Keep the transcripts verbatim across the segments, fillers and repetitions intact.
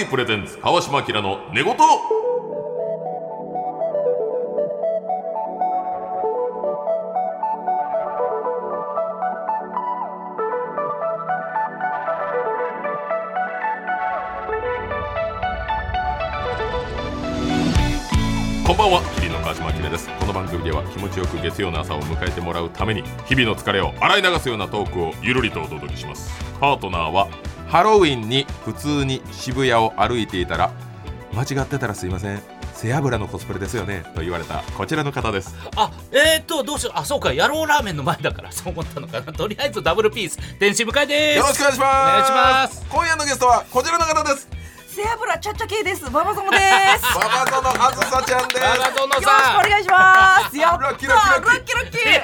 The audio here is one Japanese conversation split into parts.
ープレゼンツ川島明の寝言。こんばんは、麒麟の川島明です。この番組では気持ちよく月曜の朝を迎えてもらうために日々の疲れを洗い流すようなトークをゆるりとお届けします。パートナーはハロウィンに普通に渋谷を歩いていたら間違ってたらすいません、背脂のコスプレですよねと言われたこちらの方です。 あ、えーっとどうしよう。あ、そうか、野郎ラーメンの前だからそう思ったのかな。とりあえずダブルピース天使向井です。 よろしくお願いします。 お願いします。 今夜のゲストはこちらの方です。 背脂ちゃっちゃ系です。ババゾノです。 ババゾノあずさちゃんです。 ババゾノよろしくさん、 お願いします。やったラッキーラッキーラッキーラッキーラッキー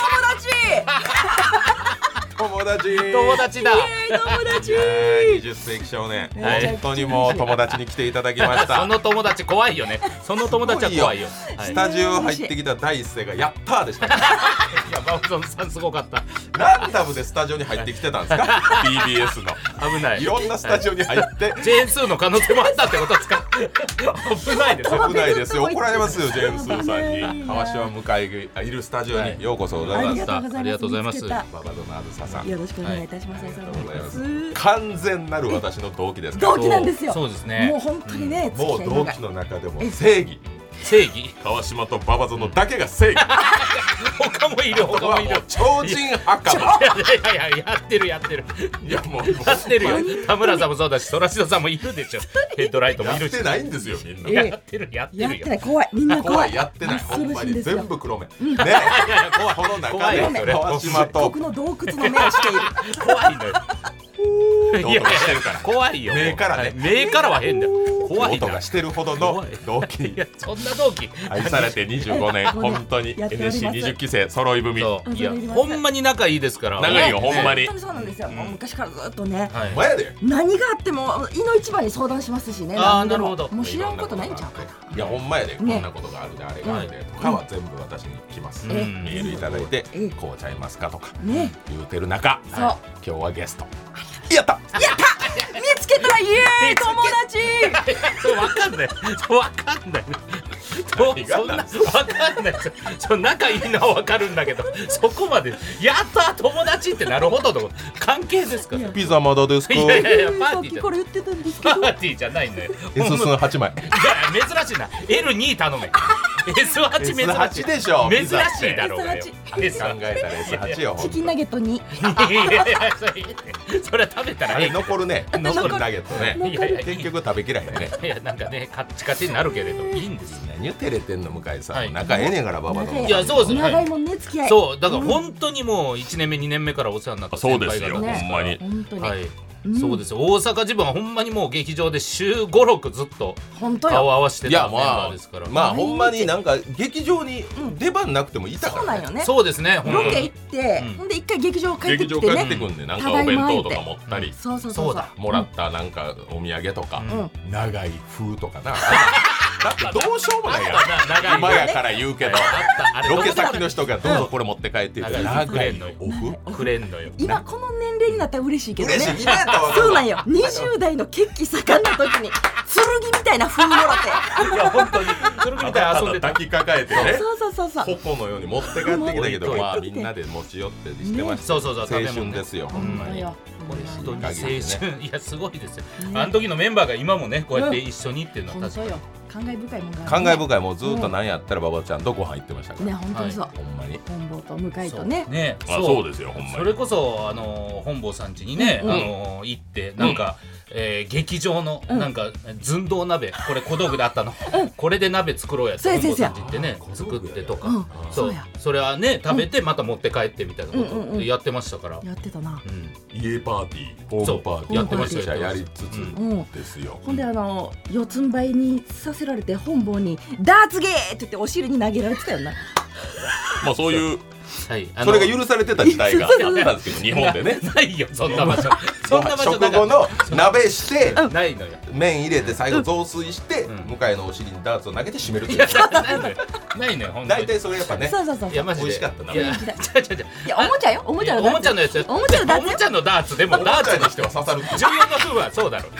友達友達だ。 友達イエーイ友達にじゅっ世紀少年、 はい本当にもう友達に来ていただきましたその友達怖いよね。その友達は怖いよ。はい、 スタジオ入ってきた第一声がやったーでしたね。 いやババゾノさんすごかった。 ランダムでスタジオに入ってきてたんですか？ ビービーエス の危ない。 いろんなスタジオに入って、 ジェーンスーの可能性もあったってことですか？危ないですよ。 危ないですよ、怒られますよジェームスーさんに。川島向井がいるスタジオにようこそございます。 ありがとうございます。 ババゾノあずささん、 よろしくお願いいたします。 ありがとうございます。完全なる私の同期ですから。 同期なんですよ。 そうですね。 もう本当にね、 もう同期の中でも正義、 正義。 川島とババゾノだけが正義。 他もいる他もいる。 超人墓場。 いやいやいややってるやってる。 いやもうやってるよ。田村さんもそうだし、ソラシドさんもいるでしょ。ヘッドライトもいるし。 やってないんですよみんな。 えやってるやってるよ。 やってない、怖い、みんな怖い。 怖い、やってない、ほんまに全部黒目ね。この中怖いよそれで川島と僕の洞窟の目をしている。 怖いのよ。 音がしてるから怖いよ。 目からね、 目からは変だよ。怖いな。 音がしてるほどの同期いやそんな同期愛されてにじゅうごねん、本当に エヌエスシーにじゅっ 期生揃い踏み。 そういやほんまに仲いいですから。 仲いいよほんまに。 本当にそうなんですよ。もう昔からずっとね、 はい。 前やで。 何があっても胃の一番に相談しますしね。 あー何でもなるほどもう知らんことないんちゃうかな。 いやほんまやで、こんねなことがあるであれがあるでとかは全部私に来ます。メうんールいただいてえこうちゃいますかとかね、 言うてる中、 そう今日はゲストやった。 見つけたイエーイ友達。 そうわかんない。そうわかんない。そう何がそんなわなんすかかんないですよ。そう仲いいのはわかるんだけど、そこまでやった友達ってなるほどの関係ですから。 ピザまだですか？ いやいやいやパさっーティーじゃきから言ってたんですけパど。 ーティーじゃないのよ。 エススンはちまい。 いや珍しいな。エルに 頼め。エスはち 珍しい。 エスはちでしょ珍ピザってしいだろうがよ。 エス考えたら エスはち よ。 チキンナゲットに。 いやいやいやそれそれは食べたあれらいい。 残るね。 残るチキンナゲットね。 いやいやい結局食べきらへんね。 やいやなんかねカッチカチになるけれどいいんですね。 何を照れてんの向井さん、 はい仲ええねんからババの。 いやそうですね長いもんね、付き合い。 そうだから本当にもういちねんめにねんめからお世話になった先輩方ねほんまに本当に。 はい、 うんそうですよ。大阪自分はほんまにもう劇場で週ご、ろくずっと本当よ。 顔合わせていやたメンバまあーですから。 まあほんまになんか劇場に出番なくてもいたからね。 そうなんよね。 そうですね。ほんまにロケ行ってうん、 ほんで一回劇場帰って劇場きてね。 帰ってくんでなんかお弁当とか持ったり、 そうそうそう。 そうだもらったなんかお土産とか、 うん長い風とかな。だってどうしようもないやん。 長い今やから言うけど、 あったあれロケ先の人がどうぞこれ持って帰って言って長い長いオフ。 くれんのよ。 今この年齢になったら嬉しいけどね。 嬉しい今やったらわかるそうなんよ。にじゅう代の血気盛んな時に剣みたいな風もらって。 いや本当に剣みたいに遊んでた。 抱きかかえてね。 そうそうそうそう。 矛のように持って帰ってきたけど、 持って帰ってきてまあみんなで持ち寄ってしてました。 そうそうそう青春ですよほんまに。 よ。 本当に青嬉しい限り春いやすごいですよ。 ねあの時のメンバーが今もねこうやって一緒にっていうのは確かに。 本当よ。感慨深いもんがあるね。 感慨深い。もうずっと何やったらババちゃんとご飯行ってましたから。 ね、本当にそう。 ほんまに。 本坊と向井そうとね。 ね。 あそうですよほんまに。 それこそあの本坊さん家にね、 うんあの行ってなんか、えー劇場のなんか寸胴鍋、これ小道具であったの、これで鍋作ろうやってそうや本坊さんそ家行ってねあー作ってとか、 うんそそううやそれはね食べてまた持って帰ってみたいなこうんうんうんとでやってましたから、 やってたな。 うん家パーティー、ホームパーティー、 やってましたよやりつつうんですよ。 ほんであの四つん這いにさせられて本坊にダーツゲーって言ってお尻に投げられてたよな。 まあそういうはい、あそれが許されてた時代があったんですけど日本でね。 ないよそんな場所そんな場所食後の鍋してないのよ。 麺入れて最後雑炊してうん向井のお尻にダーツを投げて締めるっていやいう。 ないのよないのよ本当に。 大体それやっぱね。 そうそうそう。 いやマジで美味しかったないや違う違う違ういやおもちゃよ。おもちゃのおもちゃのやつおもちゃのダーツおもちゃのダーツでもダーツにしては刺さるっていう。 重要な部分はそうだろう。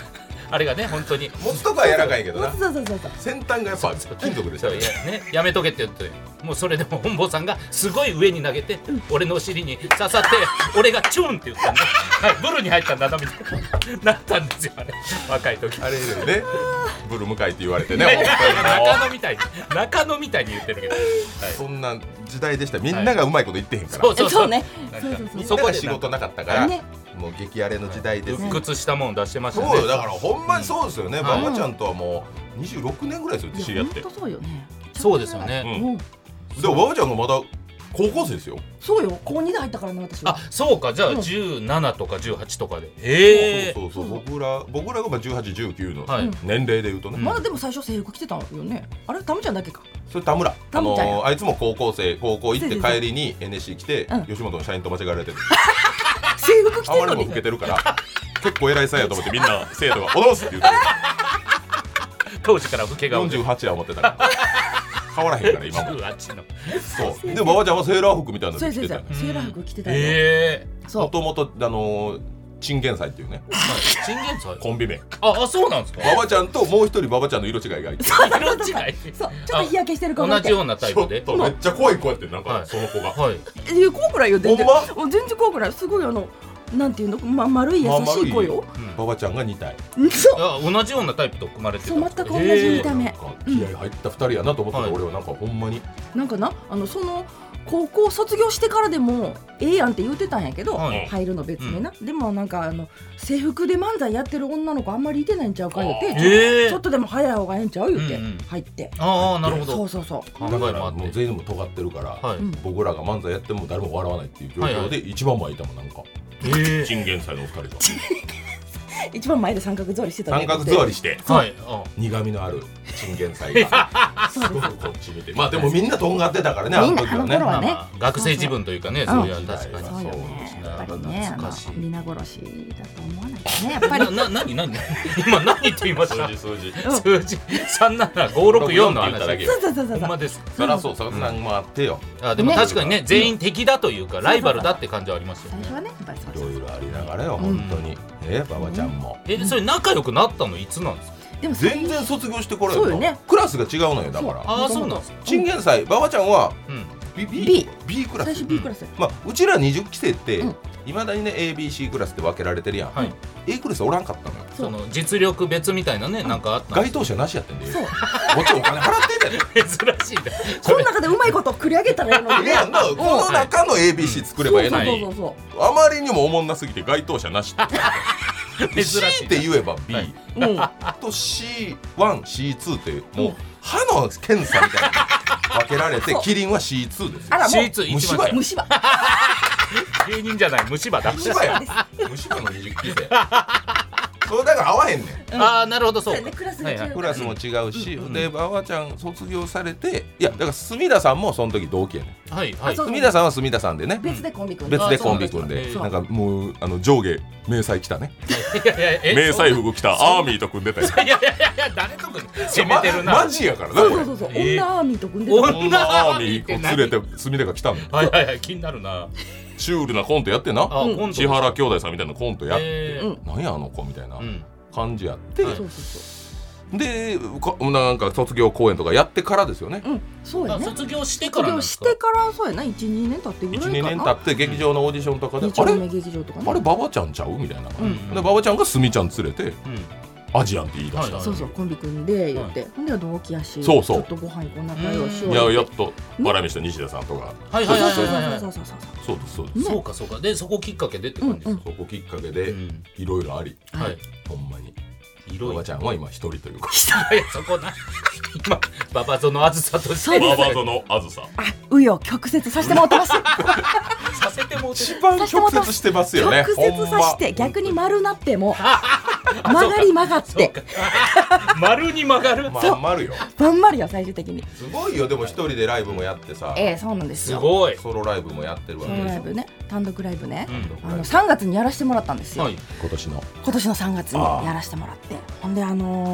あれがね本当に持つとこは柔らかいけどな、 そうそうそうそう先端がやっぱ金属でしたそうね。 いやねやめとけって言ってもうそれでも本坊さんがすごい上に投げて、うん、俺のお尻に刺さって俺がチュンって言ったんで、はい、ブルに入ったんだなみたいななったんですよあれ若い時あれでねブル向かいって言われてね中野みたいに中野みたいに言ってるけど、はい、 そんな時代でした。みんながうまいこと言ってへんから、 はい、そうそうそうねみんなが仕事なかったから、ね、もう激荒れの時代です。 鬱屈したもん出してましたね。 そうよだからほんまにそうですよね、うん、馬場ちゃんとはもうにじゅうろくねんぐらいですよ知り合って。 本当そうよね。 そうですよね、 うん、でも馬場ちゃんがまだ高校生ですよ。 そうよ高にで入ったからね私は。 あそうかじゃあじゅうななとかじゅうはちとかで、ええー、そうそうそう僕ら僕らがじゅうはち、じゅうきゅうの年齢でいうとね、 うん、まだでも最初制服着てたよね。あれタムちゃんだけか。 それ田村田村あのー、あいつも高校生高校行って帰りに エヌエスシー 来て、うん、吉本の社員と間違えられてる制服着てるのにあまりにも老けてるから結構偉いさんやと思ってみんな生徒が「おどうす」って言ってる当時から老け顔よんじゅうはちは思ってたから変わらへんから今もじゅうはちのそうで馬場ちゃんはセーラー服みたいなの着てたよね。 セーラー服着てたよ。 えー、 もともとあのーチンゲン菜っていうね、 チンゲン菜コンビ名。 ああそうなんですか。 馬場ちゃんともう一人馬場ちゃんの色違いがいてそう色違いそうちょっと日焼けしてる子同じようなタイプでちょっとめっちゃ怖い子やってなんか、はい、その子がはいいや怖くないよ全然。 ほんま全然怖くない。すごいあのなんていうの、ま、丸い優しい子よ。 馬場ちゃんが似たい。 そう同じようなタイプと組まれてた。 そう全く同じ見た目。 気合入ったふたりやなと思ったら、うん、俺はなんかほんまになんかなあのその高校卒業してからでもええやんって言ってたんやけど、はい、入るの別にな、うん、でもなんかあの制服で漫才やってる女の子あんまりいてないんちゃうか言ってちょ、ちょっとでも早い方がええんちゃう言って入って、 うんうん、ああなるほど。 そうそうそうだからもう全員も尖ってるから、はい、僕らが漫才やっても誰も笑わないっていう状況で、はいはい、一番前いたもんなんかチンゲン菜のお二人が一番前で三角座りしてたね。 三角座りして、 はい、 苦味のあるチンゲン菜がすごくこっち見て、まあでもみんなとんがってたからね、あの時はね。 はね、 まあ、学生自分というかね、そういう確かにそうよね。やっぱりね、皆殺しだと思わないとね、やっぱり。 な、なになに今何って言いました。 数字数字数字三七五六四の話だけ。 そうそうそうそう。 ほんまです。 そりゃそう、そんなんもあってよ。 あ、でも確かにね、全員敵だというかライバルだって感じはありますよね。 最初はね、やっぱりそう。 いろいろありながらよ、本当に。え、馬場ちゃんも。 え、それ仲良くなったのいつなんですか。 でも全然卒業してこれそうよね。 クラスが違うのよだから。 ああそうなんですか。 チンゲン菜馬場ちゃんは B B B クラス。 最初 B クラス。 まあうちらにじゅっきせいっていまだにね エービーシー クラスって分けられてるやん。A クラスおらんかったのよ。 その実力別みたいなねなんかあった。 該当者なしやってんで。 そう。 こっちお金払ってんだよ。 珍しいんだ。 この中でうまいこと繰り上げたらいいのにね。 この中の エービーシー 作ればええのに。 そうそうそうそう。 あまりにもおもんなすぎて該当者なし。 珍しい C って言えば B、はい、と シーワン、シーツー ってもう歯の検査みたいな分けられてキリンは シーツー ですよ。 あらもうシーツー虫歯や虫歯芸人じゃない虫歯だ。 虫歯や虫歯のにじゅっきせいそうだから合わへんねん、 うん、ああなるほどそうそう、ね、クラスが違う、はいはい、 クラスも違うし、うんうん、で馬場ちゃん卒業されていやだから隅田さんもその時同期やねん、 はいはい、 隅田さんは隅田さんでね別でコンビ組んで別でコンビ組んでなんかもうあの上下迷彩着たねいやいやえ迷彩服着たアーミーと組んでたよ。 いやいやいや誰と組んで攻めてるな、 ま、マジやからなそうそうそうそう、えー、女アーミーと組んでた女アーミーを連れて隅田が来たの。 はいはいはい気になるな。 シュールなコントやってんな、 うん、 千原兄弟さんみたいなコントやって、 えー、 なんやあの子みたいな感じやって、 うん、そうそうそうでなんか卒業公演とかやってからですよね、 うん、そうやね。 卒業してからなんですか。 卒業してからそうやな、いち、にねん経ってぐらいかな。 いち、にねん経って劇場のオーディションとかで、 うん、あれ劇場とかね、 あれ馬場ちゃんちゃうみたいな、うん、で馬場ちゃんがすみちゃん連れて、うん、アジアンって言い出した、はい、 そうそうコンビ組んで言って、はい、ほんでは同期やし、 そうそうちょっとご飯行こう仲良しよう、 いややっと笑い飯と西田さんとか、 はいはいはいはいはい、 そうそうそうそうですそうです、 そうかそうか、でそこきっかけでって感じです、 うんうん、そこきっかけでいろいろあり、 はい、 ほんまに馬場ちゃんは今一人というかいやそこな今馬場園あずさとして馬場園あずさあうよ曲折させてもらってますさせてもらって一番曲折してますよね。 曲折させて逆に丸なっても曲がり曲がって丸に曲がるまん丸よまん丸よ最終的に。 すごいよ。でも一人でライブもやってさ、 ええそうなんですよ。 すごいソロライブもやってるわけでしょ。 ソロライブね、単独ライブね、うん、あのさんがつにやらせてもらったんですよ、はい、 今年の今年のさんがつにやらせてもらって、ほんであのー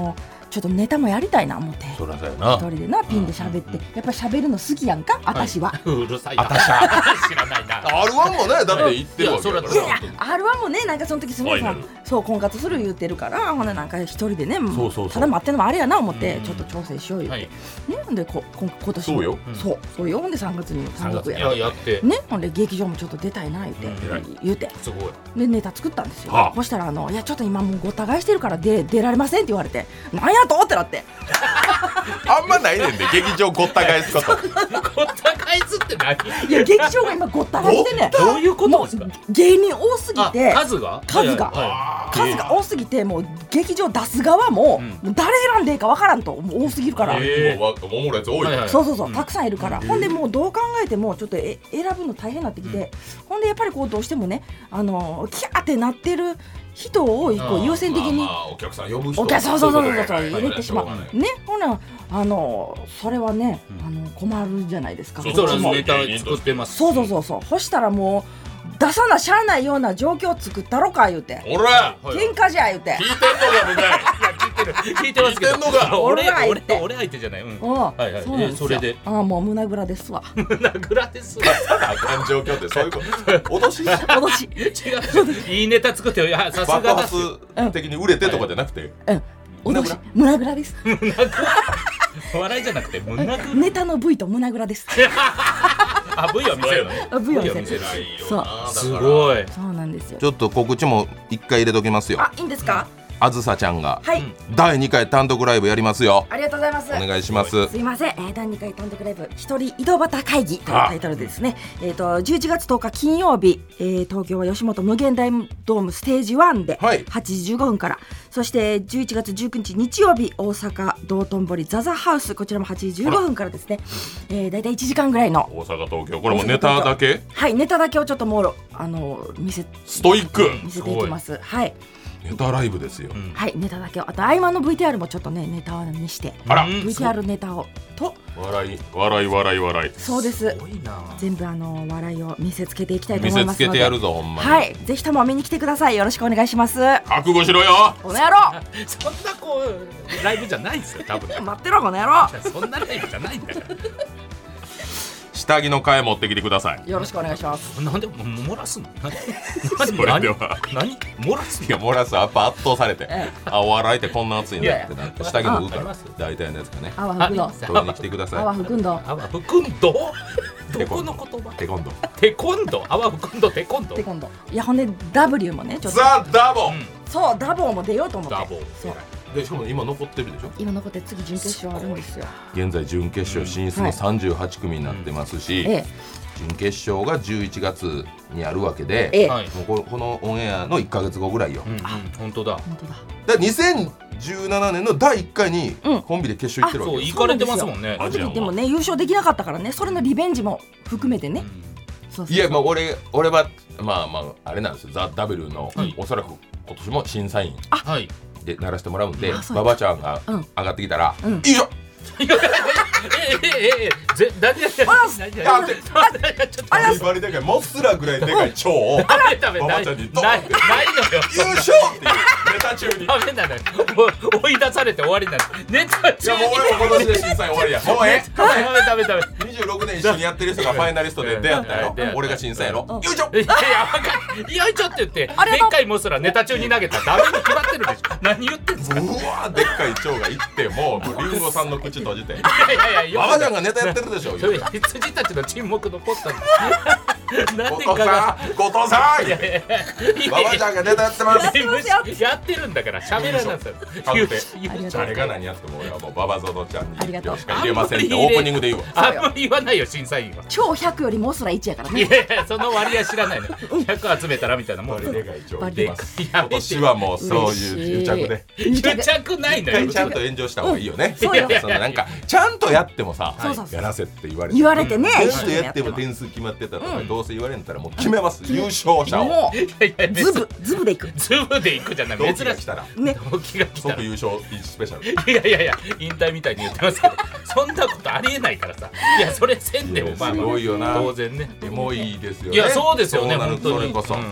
ちょっとネタもやりたいな思ってそらそうやな一人でなピンで喋って、やっぱり喋るの好きやんか私は、 うるさいなあたしゃ知らないなアールワン もねだって言ってるわけだからいやそらいや アールワン もねなんかその時すごいさそう婚活する言ってるからほんでなんか一人でねそうそうそうただ待ってんのもあれやな思ってうんちょっと調整しよう言って、 はいねほんでここ今年もそうよそうそうよほんでさんがつに韓国いやややってねほんで劇場もちょっと出たいな言って、 偉い言うてすごいでネタ作ったんですよ、 はあそしたらあのいやちょっと今もうごった返してるからで出られませんって言われてなんやとってなってあんまないねんで劇場ごった返すことごった返すって何いや劇場が今ごった返してねどういうことですかもう芸人多すぎてあ数が数がはいは数が多すぎてもう劇場出す側も,、 うんもう誰選んでいいかわからんともう多すぎるから、 へえもうわおもろいやつ多い、 はいはいそうそうそう、 うんたくさんいるから、ほんでもうどう考えてもちょっとえ選ぶの大変になってきて、ほんでやっぱりこうどうしてもねあのキャーってなってる人をこう優先的にまあまあお客さん呼ぶ人お客さんそうそうそうそうそうはいはい入れてしまうはいはいねほなあのそれはね、 うんあの困るじゃないですかいそうなんですこっちもネタ作ってますそうそうそうそうそしたらもう出さなしゃあないような状況を作ったろか言うておらはい喧嘩じゃ言うて聞いてんのか向井いや聞いてる聞いてますけど聞いてんのか俺俺が言っ俺て俺相手じゃないうんうんはいはいそうなんですよえそれでああもう胸ぐらですわ胸ぐらですあかん状況ってそういうこと脅し脅し違ういいネタ作ってよいやさすが爆だっす発的に売れてとかじゃなくて、 うん脅し胸ぐらです笑いじゃなくて胸ぐらネタの部位と胸ぐらですあ V を見せるのねあ V を見せる見せるそうすごいそうなんですよちょっと告知も一回入れときますよ。 あいいんですかあずさちゃんがはい、 うんだいにかい単独ライブやりますよ。 ありがとうございますお願いします。 すいません、えー、だいにかい単独ライブ一人井戸端会議というタイトルでですねえーとじゅういちがつとおか金曜日、えー東京は吉本無限大ドームステージワンではいはちじじゅうごふんから、そしてじゅういちがつじゅうくにち日曜日大阪道頓堀ザザハウスこちらもはちじじゅうごふんからですね、えー、だいたいいちじかんぐらいの大阪東京これもネタだけはいネタだけをちょっともうあの見せストイック見せていきますはいネタライブですよ。 うんはいネタだけをあと合間の ブイティーアール もちょっとねネタにしてあらうんブイティーアール ネタをと笑い笑い笑い笑いそうですすごいな全部あの笑いを見せつけていきたいと見せ思いますのでつけてやるぞほんまに。 はいぜひとも見に来てくださいよろしくお願いします覚悟しろよ。 この野郎そんなこうライブじゃないんですよ多分待ってろこの野郎そんなライブじゃないんだから下着の替え持ってきてください。 よろしくお願いしますなんでも漏らすの何それでは何漏らすいや漏らすやっぱ圧倒されてえあお笑いってこんな熱いんだってなって下着脱ぐからああります大体のやつがね泡吹くの取りに来てくださ泡吹くんど泡吹くんどどこの言葉いテコンドテコンド泡吹くんどテコンドで今度いやほんで ダブリュー もねちょっとザ・ダボうんそうダボーも出ようと思ってダボーそうでしかも今残ってるでしょ今残って次準決勝あるんですよ現在準決勝進出のさんじゅうはちくみになってますし、 ええ準決勝がじゅういちがつにあるわけで、 ええはいもうここのオンエアのいっかげつごぐらいよ、 うんうん本当だ本当だだからにせんじゅうななねんのだいいっかいにうんコンビで決勝行ってるわけよ、 そう行かれてますもんねあの時でもね優勝できなかったからねそれのリベンジも含めてねそうそうそういやまあ俺俺はまあまああれなんですよザ・ダブルの、 はいおそらく今年も審査員はいでならせてもらうんであそう馬場ちゃんがうん上がってきたら「 うんよいしょいやえええええぜ何何何あ何何ちょっとバリバリでかいモスラぐらいでかい蝶をダメダメない馬場ちゃんにドンないってないのよ優勝っていうネタ中にいダメなのよもう追い出されて終わりなのネタ中にやもう俺も今年で審査員終わりやもうええダメダメダメにじゅうろくねん一緒にやってる人がファイナリストで出会ったやろ出会った俺が審査やろうんよいしょいやいやわかんよいちょって言ってありがとうでっかいモスラネタ中に投げたらダメに決まってるでしょ何言ってんすかうわーでっかい蝶がいってももうリンゴさんの口閉じていやいやいや馬場ちゃんがネタやってるでしょそれ羊たちの沈黙のポッターなんで後藤さん後藤さんいやいやいや馬場ちゃんがネタやってますやってますよやってるんだから喋らなさい確定言うありがとう誰が何やっても俺はもう馬場園ちゃんありがとうにしか入れませんってオープニングで言うわあんまり言わないよ審査員は超ひゃくよりもスラいちやからいねやいやその割合知らないのひゃく集めたらみたいなもんでバリでかい蝶バリでかいきますいやめて今年はもうそういう癒着で癒着ない一のよ回ちゃんと炎上した方がいいよねそうよそのなんかちゃんとやってもさそうそうそうやらせって言われて言われてねちゃん一生懸命とやってもも点数決まってたとかうんどうせ言われんたらもう決めます優勝者をもいやいやうズブズブでいくズブで行くじゃない同珍しい期が来たらね動機が来たら即優勝スペシャルいやいやいや引退みたいに言ってますけどそんなことありえないからさいやそれせんでもまあすまあごいよな当然ねエモいですよねいやそうですよねそうなる本当にそれこそうん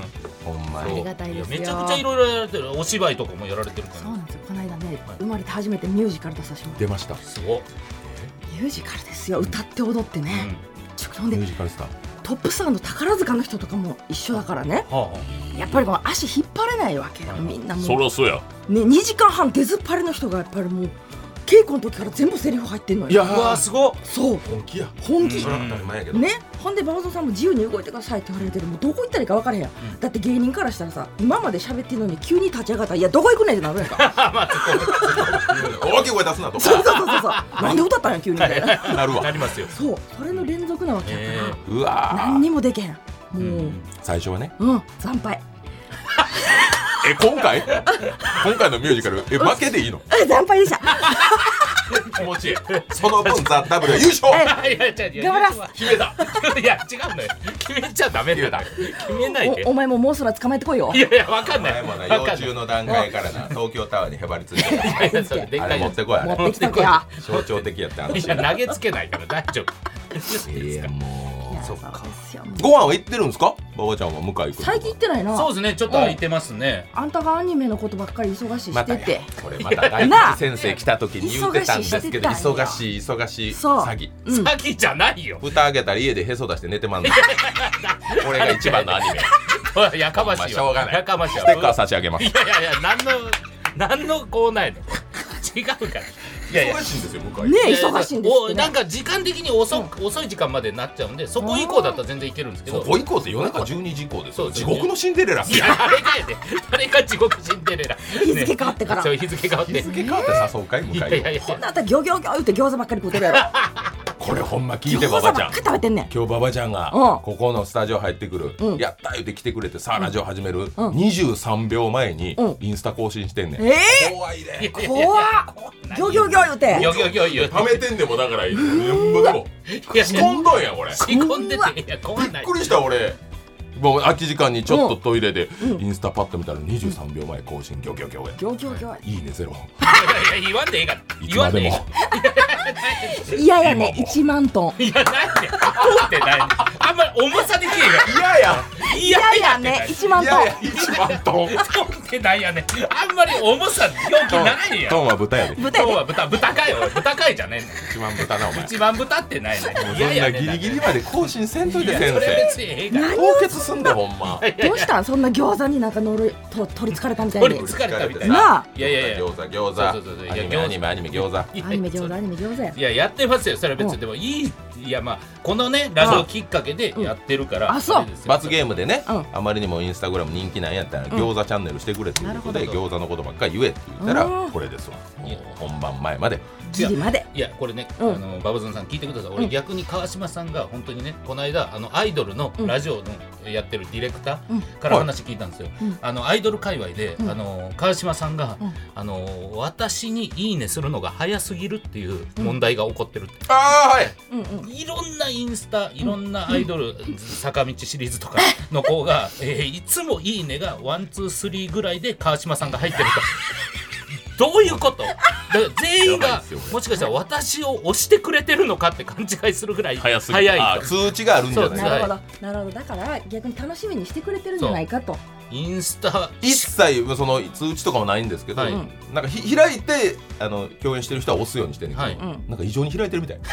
ほんまあにりがたいですよ。 めちゃくちゃいろいろやられてる。お芝居とかもやられてるからそうなんですよ。この間ね、生まれて初めてミュージカル出させてもらっ出ました。 すごい、 た。ミュージカルですよ。歌って踊ってね、ちょっとほんミューでジカルスター。 トップスターの宝塚の人とかも一緒だからね、 はあはやっぱりこの足引っ張れないわけよ、みんなもうそりゃそうや。 ね、にじかんはん出ずっぱりの人がやっぱりもう稽古の時から全部セリフ入ってんのよ。 いやあ、うわすごっ。 そう本気や。 本気、 それは当たり前やけど。 ね、ほんで馬場さんも自由に動いてくださいって言われてる。もうどこ行ったらいいか分からへんやん、 うん、 だって芸人からしたらさ、今まで喋ってるのに急に立ち上がったら、いやどこ行くねんってなるやんかまあ大きい声出すなとそうそうそうそうなんで歌ったんや急にみたいななるわ。 なりますよ。 そう、それの連続なわけやから、 えうわー何にもできへんもう、 ううんん、 最初はね。 惨敗え今回今回のミュージカルえ負けでいいの？ え惨敗でした気持ちいい。その分ザ・ダブル優勝。 えいやいやいや頑張らす決めた。いや違うのよ。決めちゃダメだよ。決めないで。 おお前ももうすら捕まえてこいよ。 いやいやわかんおない。 前もな幼虫の段階からな東京タワーにへばりついてる。 いやそれでっあかいやつれ持ってこいあ持ってれ。 きとけよ。 象徴的やったい話。 や投げつけないから大丈夫。 いやもう。 そうですよ。 ご飯は行ってるんですか？馬場ちゃんは向井君。 最近行ってないな。 そうですね。ちょっと空いてますね。 あんたがアニメのことばっかり忙しいしまたやてて、 これまた大なあ吉先生来た時に言ってたんですけど忙忙しい忙しいそう詐欺。 うん、 詐欺じゃないよ。 蓋開けたら家でへそ出して寝てまんの。これが一番のアニメ。 やかましいわ。 まあしょうがないやかましいわ。 ステッカー差し上げます。 いやいやいや何の何のコーナーやねん。違うから。いやいや。 忙しいんですよ向井。 ねいやいや忙しいんですってね。 おなんか時間的に遅,、遅い時間までになっちゃうんで、そこ以降だったら全然いけるんですけど。 そこ以降って夜中じゅうにじ以降ですよ。 そう地獄のシンデレラ。 いやあれかやで。あれが地獄シンデレラ。 日付変わってからそう日付変わって。 日付変わって誘うかい向井を。 いやいやいや。 こんなあんたギョギョギョ言って餃子ばっかり食うてるやろ。 これほんま聞いて餃子ばっか馬場ちゃん。 り食べてんねん。 今日馬場ちゃんがうんここのスタジオ入ってくる、 うんやったー言って来てくれてさあラジオ始める、 うんにじゅうさんびょうまえにうんインスタ更新してんねん、 え怖いでー、怖っ。ギョギョギョ言うて。 ギョギョギョ言う。 溜めてんでもだからなんぼでもいや仕込んどんやこれ仕込んでていや怖ない。 びっくりした俺もう空き時間にちょっとトイレでうんインスタパッと見たらにじゅうさんびょうまえ更新ギョギョギョやギョギョギョ。 いいねゼロいやいや言わんでええから。 いつ言わんでええまでもから。 いややね今もいちまんトン。 いやないね。通ってないね。あんまり重さできへんが。 嫌やいややねいちまんトン。 嫌やいちまんトン通ってないやね。あんまり重さ表記ないやん。 トンは豚やで豚やで。 今日は豚豚かよ。豚かいじゃねえねん。 一番豚なお前一番豚ってないね。 もうそんなギリギリまで更新せんといて先それ生別にええから。 何凍結すんでほんまどうしたんそんな餃子になんか乗ると取りつかれたみたいに。 取りつかれたみたいな。 なあ。 いやいやいや。 餃子餃子そうそうそういやアニメ餃子アニメアニメ餃子アニメ上手アニメ上手や。 いややってますよ。それは別にでもいい。いやまあこのねラジオきっかけでやってるから。 あそうれですよ罰ゲームでね、 うんあまりにもインスタグラム人気なんやったら、 ん餃子チャンネルしてくれっていうことでなるほど餃子のことばっかり言えって言ったらうんこれですわもう本番前までギリまで。 いやこれね、 うんあのババズンさん聞いてください。俺うん逆に川島さんが本当にねこの間あのアイドルのラジオのやってるディレクタうんーから話聞いたんですよ。 うんあのアイドル界隈で、 うんあの川島さんが、 うんあの私にいいねするのが早すぎるっていう問題が起こってるって。 ああはいうんうん。 いろんなインスタいろんなアイドル、坂道シリーズとかの子が、えーいつもいいねがワンツースリーぐらいで川島さんが入ってるとどういうことだから全員やばいがですよこれもしかしたら私を押してくれてるのかって勘違いするぐらい早すぎ早いあと通知があるんじゃないそうなるほどなるほど。だから逆に楽しみにしてくれてるんじゃないかと。 インスタ一切その通知とかもないんですけど、 はいなんかひ開いてあの共演してる人は押すようにしてるんだけど、 はいうん。 なんか異常に開いてるみたい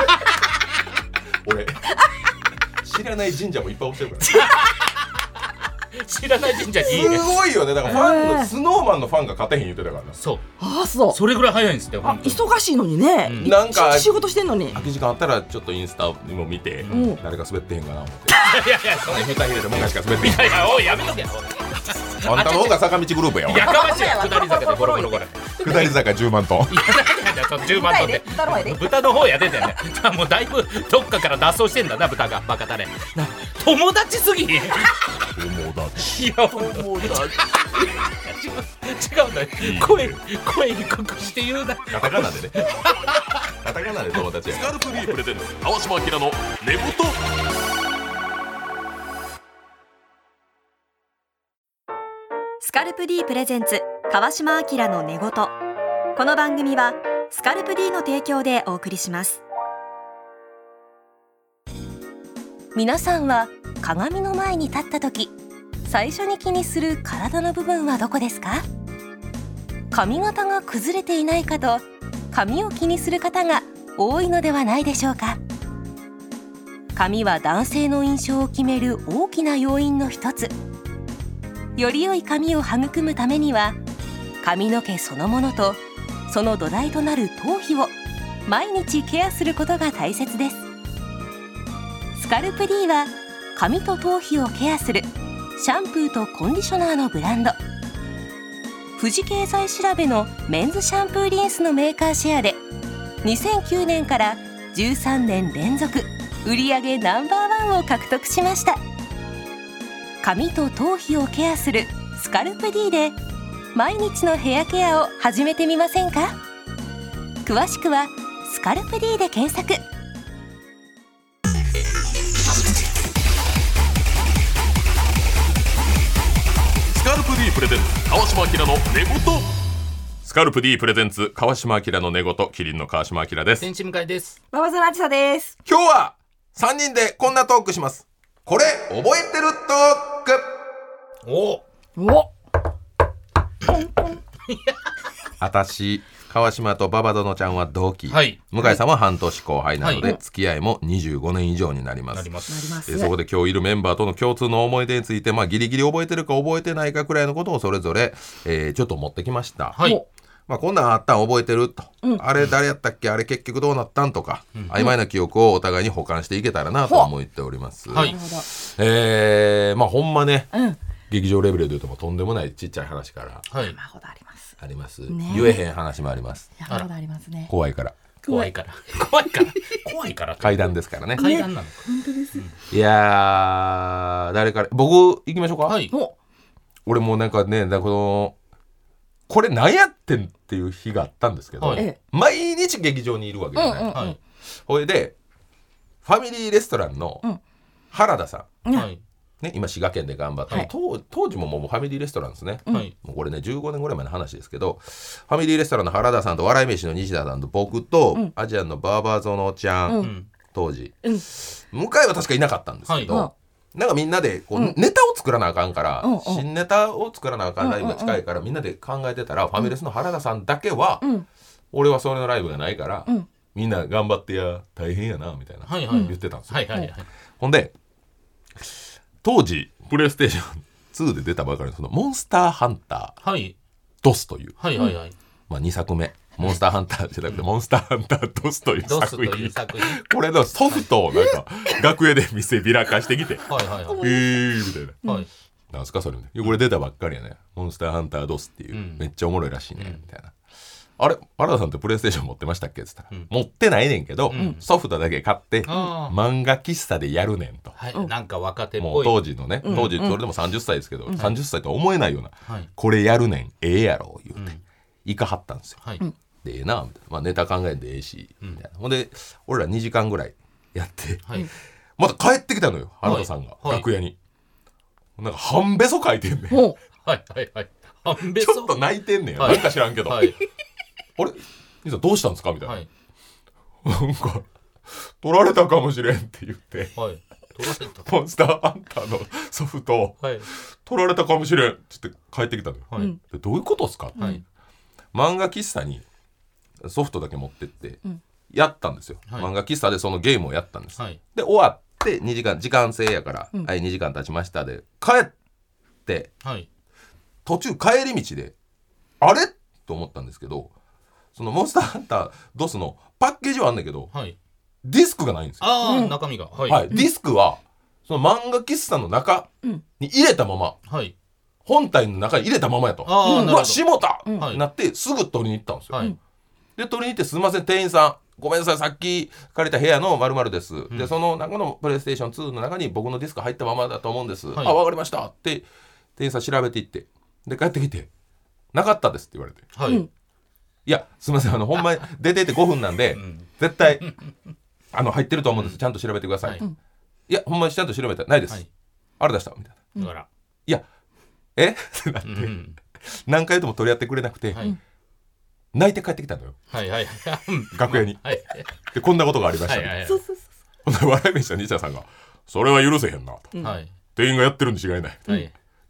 俺知らない神社もいっぱい押してるから知らない神社にいいねすごいよねだからファンの、 へースノーマンのファンが勝てへん言ってたからなそうああそう。 それぐらい早いんですってあ本当に忙しいのにね。 うんなんか一日仕事してんのに。 空き時間あったらちょっとインスタにも見て、 うん誰か滑ってへんかな思っていやいやそれ下手入れてもんがしか滑ってへんいやいやおいやめとけよあんたの方が坂道グループややわかましいよ下り坂でゴロゴロゴロ下り坂じゅうまんトンいやなんだよそのじゅうまんトンで豚の前で。 豚の方やでたよねもうだいぶどっかから脱走してんだな豚がバカタレな友達すぎいや友達本当違う違うんだよ声声に隠して言うなカタカナでねカタカナで友達やスカルプ D プレゼンツ川島明の寝言。 スカルプ D プレゼンツ川島明の寝言。この番組はスカルプ D の提供でお送りします。皆さんは鏡の前に立った時最初に気にする体の部分はどこですか？髪型が崩れていないかと髪を気にする方が多いのではないでしょうか。髪は男性の印象を決める大きな要因の一つ。より良い髪を育むためには、髪の毛そのものとその土台となる頭皮を毎日ケアすることが大切です。スカルプ D は髪と頭皮をケアするシャンプーとコンディショナーのブランド。富士経済調べのメンズシャンプーリンスのメーカーシェアでにせんきゅうねんからじゅうさんねん連続売上ナンバーワンを獲得しました。髪と頭皮をケアするスカルプ D で毎日のヘアケアを始めてみませんか？詳しくはスカルプ D で検索。 スカルプ D プレゼンツ川島明の寝言。スカルプ D プレゼンツ川島明の寝言、キリンの川島明です。 天使向井です。 馬場園あちさです。 今日はさんにんでこんなトークします。これ覚えてるトーク。 おおあたし川島と馬場園ちゃんは同期、 はい、 向井さんは半年後輩なので、 はい、 付き合いもにじゅうごねん以上になります。 なります。 でそこで今日いるメンバーとの共通の思い出について、まあ、ギリギリ覚えてるか覚えてないかくらいのことをそれぞれ、えー、ちょっと持ってきました。 はい、 まあ、こんなんあったん覚えてると、うん、あれ誰やったっけ、あれ結局どうなったんとか、うん、曖昧な記憶をお互いに補完していけたらなと思っております。はい、えー、まあほんまね、うん、劇場レベルで言うともとんでもないちっちゃい話から、 はい、山ほどありますあります、ね、言えへん話もあります。 山ほどありますね。 怖いから怖いから怖いから怖いから階段ですからね。 階段なの、 ね、本当です、うん、 いやー誰から僕行きましょうか。 はい、 俺もうなんかね、だこのこれ何やってんっていう日があったんですけど、はい、毎日劇場にいるわけじゃない、うんうんうん、ほいでファミリーレストランの原田さん、うん、ね、今滋賀県で頑張って、はい、当, 当時ももうファミリーレストランですね、はい、もうこれねじゅうごねんぐらい前の話ですけど、ファミリーレストランの原田さんと笑い飯の西田さんと僕と、うん、アジアンのバーバーゾノちゃん、うん、当時、うん、向井は確かいなかったんですけど、はい、なんかみんなでこう、うん、ネタを作らなあかんから、うん、新ネタを作らなあかんライブが近いから、みんなで考えてたら、ファミレスの原田さんだけは、うん、俺はそれのライブがないから、うん、みんな頑張ってや大変やなみたいな、はいはい、言ってたんですよ、はいはいはい、ほんで当時プレイステーションツーで出たばかりのそのモンスターハンター、はい、ドスという、はいはいはい、まあ、にさくめモンスターハンターじゃなくてモンスターハンタードスという作品、これのソフトをなんか楽屋で見せびらかしてきてはいはい、はい、えーみたいな、はい、なんすかそれ、ね、これ出たばっかりやね、モンスターハンタードスっていう、うん、めっちゃおもろいらしいね、うん、みたいな。あれ原田さんってプレイステーション持ってましたっけって言ったら、うん、持ってないねんけど、うん、ソフトだけ買って漫画喫茶でやるねんと、はい、なんか若手っぽい、もう当時のね、当時それでもさんじゅっさいですけど、うん、さんじゅっさいとは思えないような、はい、これやるねんええやろ言うて、うん、行かはったんですよ、はい、でええなみたいな、まあ、ネタ考えんでええし、うん、みたいな。ほんで俺らにじかんぐらいやって、はい、また帰ってきたのよ原田さんが、はい、楽屋になんか半べそ書いてんねん、はいはいはい、半べそちょっと泣いてんねん、はい、なんか知らんけど、はい、あれ兄さんどうしたんですかみたいな、はい、なんか取られたかもしれんって言って、はい、取られたモンスターハンターのソフト、はい、取られたかもしれんって言って帰ってきたのよ、はい、でどういうことですか、はい、漫画喫茶にソフトだけ持ってってやったんですよ、はい、漫画喫茶でそのゲームをやったんです、はい、で終わってにじかん時間制やから、うん、はい、にじかん経ちましたで帰って、はい、途中帰り道であれと思ったんですけど、そのモンスターハンタードスのパッケージはあんだけど、はい、ディスクがないんですよ。 あ、うん、中身が、はいはい、ディスクはその漫画喫茶の中に入れたまま、うん、本体の中に入れたままやと、あ、うわしもた、うん、なってすぐ取りに行ったんですよ、はい、で取りに行ってすいません店員さんごめんなさいさっき借りた部屋の〇〇です、うん、でその中のプレイステーションツーの中に僕のディスク入ったままだと思うんです、はい、あ、わかりましたって店員さん調べていってで帰ってきてなかったですって言われて、はい、いやすみませんあのほんまに出ていってごふんなんで、うん、絶対あの入ってると思うんです、うん、ちゃんと調べてください、はい、いやほんまにちゃんと調べてないです、はい、あれ出したみたいな、だからいやえってなって、うん、何回でも取り合ってくれなくて、はい、泣いて帰ってきたのよ、はいはい、楽屋に、はい、でこんなことがありましたね、はいはいはい、ほんで笑い飯の西田さんがそれは許せへんなと、はい、店員がやってるに違いない、はい、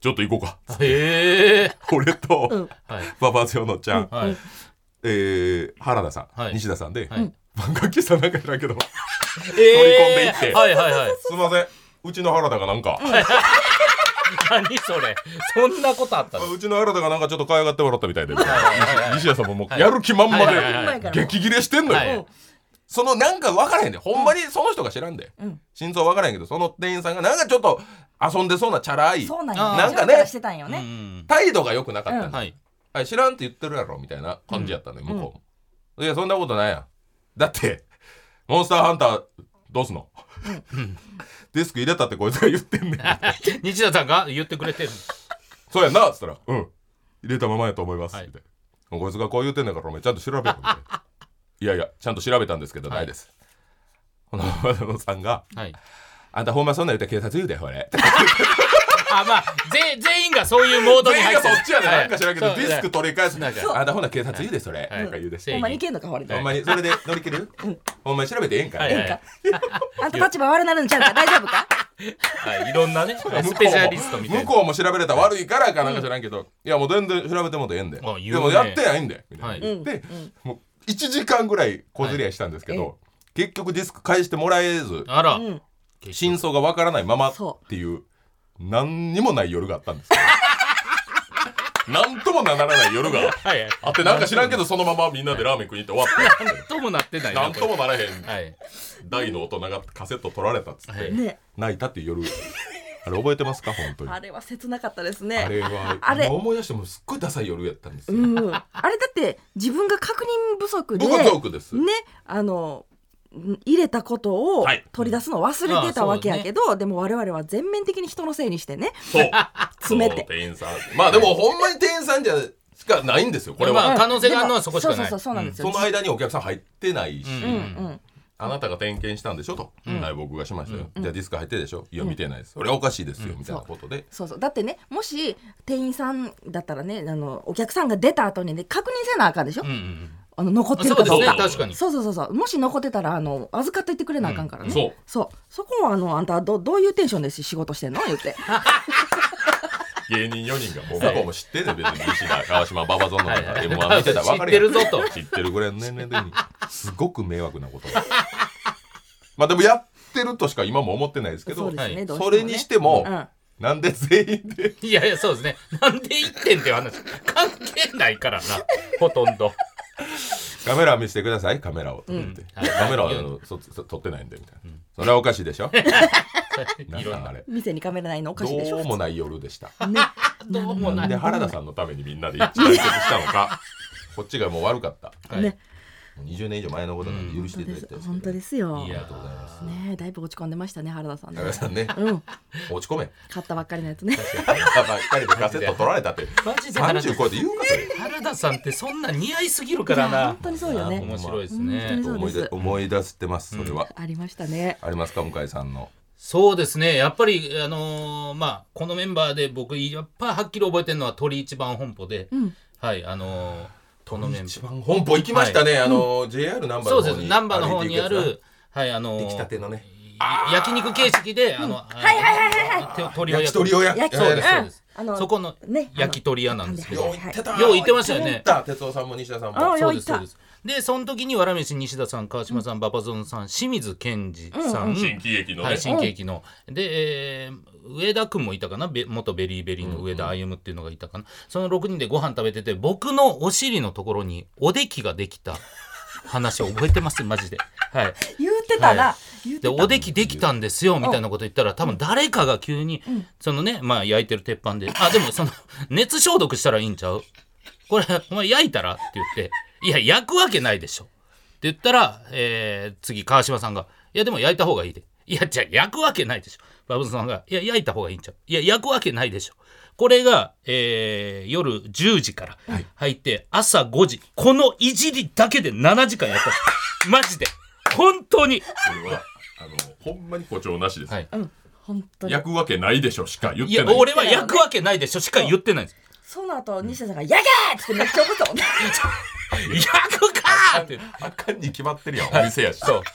ちょっと行こうかへえ俺と、 うんはいババゼオのちゃん、 はいえー、原田さん、 はい、 西田さんで、 はい、 楽器さんなんか知らんけど、 えー、 乗り込んでいって、 はいはいはい、 すいませんうちの原田がなんか、うん、 何それそんなことあったの。 うちの原田がなんかちょっと可愛がってもらったみたいで、西田さんももうやる気満々で激切れしてんのよ、はいはいはい、そのなんか分からへんで、ほんまにその人が知らんで、うん、真相分からへんけど、その店員さんがなんかちょっと遊んでそうなチャラい、 そうなんやなんかねしてたんよね、うん、 態度が良くなかったんで、うん、 はいはい、知らんって言ってるやろみたいな感じやったね、うん、向こうも、いやそんなことないやん、だってモンスターハンターどうすの、うん、デスク入れたってこいつが言ってんねん西田さんが言ってくれてるそうやんなっつったら、うん入れたままやと思います、はい、みたいな、こいつがこう言ってんだからお前ちゃんと調べろみたいないやいやちゃんと調べたんですけど、はい、ないです。この和野さんが、はい、あんたほんまそんな言うたら警察言うでほれあ、まあ、全, 全員がそういうモードに入ってる。 全員がそっちやね、はい、なんか知らんけどディスク取り返すなんかあんたほんな警察言うでそれ、はい、なんか言うで、 ほんまにいけんのかほれで、 ほんまにそれで乗り切る、うん、ほんまに調べてええんか、はいはい、 ええんかあんた立場悪なるんちゃうか大丈夫かはい、いろんなねスペシャリストみたいな、 向こうも調べれたら悪いからかなんか知らんけど、うん、いやもう全然調べてもてええんで、でもやってやええんでみたいな、はい、で、うん、もういちじかんぐらい小競り合いしたんですけど、はい、結局ディスク返してもらえず、 あら、 真相がわからないままっていう何にもない夜があったんですけどなんともならない夜があって、なんか知らんけどそのままみんなでラーメン食いに行って終わった。 なんともなってないな、 なんともならへん、はい、大の大人がカセット取られたっつって、はい、泣いたっていう夜あれ覚えてますか本当に。 あれは切なかったですね。 あれはあれ思い出してもすっごいダサい夜やったんですよ、 うん、あれだって自分が確認不足で不足ですね、 あの入れたことを取り出すのを忘れてたわけやけど、はい、でも我々は全面的に人のせいにしてね、 そう詰めて店員さん、まあでもほんまに店員さんじゃしかないんですよこれは、 まあ、可能性があるのはそこしかない。 そうそうそうなんですよ、 うん、その間にお客さん入ってないし、 うんうん、 あなたが点検したんでしょと、うん、はい、僕がしましたよ、うん、じゃあディスク入ってるでしょ、いや見てないです、それはおかしいですよ、うん、みたいなことで、 そうそう、だってね、もし店員さんだったらね、あのお客さんが出た後にね確認せなあかんでしょ、うんうん、あの残ってるかどうか。 そうですね、確かに。 そうそうそうそう、もし残ってたらあの預かっていってくれなあかんからね、 うん、そうそう、そこはあのあんた ど, どういうテンションで仕事してんの言って芸人よにんがもう向こうも知ってるね、別に西田川島馬場園の エムワン 見てたら分かるやん、 知ってるぞと知ってるぐらいの年齢でにすごく迷惑なことまあでもやってるとしか今も思ってないですけど、 そうですね、どうしてもね、 それにしても、うん、なんで全員でいやいや、そうですね、なんでいってんっていう話関係ないからなほとんどカメラ見せてください、カメラをと言って、うん、カメラはそそ撮ってないんでみたいな、うん、それはおかしいでしょなんかあれ店にカメラないのおかしいでしょ。 どうもない夜でした、 ね、 どうもない。 で原田さんのためにみんなで一致団結したのかこっちがもう悪かった、はい、ね、にじゅうねん以上前のことなんで許していただきたいですけど、 本当ですよ。 ありがとうございますね、だいぶ落ち込んでましたね原田さんね。 原田さんね、うん、落ち込め、 買ったばっかりのやつね買ったばっかりでカセット取られたってマジでさんじゅう超えて言うかそれ。 原田さんってそんな似合いすぎるからな。 本当にそうよね。 面白いですね。 思い出思い出してます、それは、 うん、ありましたね。 ありますか向井さんの。 そうですね、やっぱりあのー、まあこのメンバーで僕やっぱりはっきり覚えてるのは鳥一番本舗で、うん、はいあのーこのメンバー一番本舗行きましたね、はい、あの ジェイアール ナンバーの方に、 そうです、ナンバーの方にある、はい、あの出来たてのね焼肉形式で、あの、はいはいはいはいはい、鳥を焼き鳥を焼き、そうですそうです、あのそこの焼き鳥屋なんですけど、よう行ってた、よう行ってましたよね。 哲夫さんも西田さんも、 そうですそうです。でその時にわらめし西田さん、川島さん、馬場園さん、清水健二さん、 新喜劇のね、 はい、新喜劇ので、えー、上田君もいたかな、元ベリーベリーの上田歩っていうのがいたかな、そのろくにんでご飯食べてて、僕のお尻のところにおできができた話を覚えてますマジで、はい、 言ってたな、はい、 でおできできたんですよみたいなこと言ったら、多分誰かが急に、うん、そのね、まあ焼いてる鉄板で、あでもその熱消毒したらいいんちゃう、これお前焼いたらって言って、いや焼くわけないでしょって言ったら、えー、次川島さんが、いやでも焼いた方がいいで、いやじゃあ焼くわけないでしょ、馬場さんが、いや焼いた方がいいんちゃう、いや焼くわけないでしょ、これが、えー、夜じゅうじから入って、はい、朝ごじ、このいじりだけでななじかんやったマジで本当に、これはあのほんまに誇張なしです、はい、 うん、本当に焼くわけないでしょしか言ってない。 いや俺は焼くわけないでしょしか言ってないんです。 その後西田さんが焼けーってめっちゃ怒ったもんね焼くかーってあかんに決まってるやん、お店やし。 そう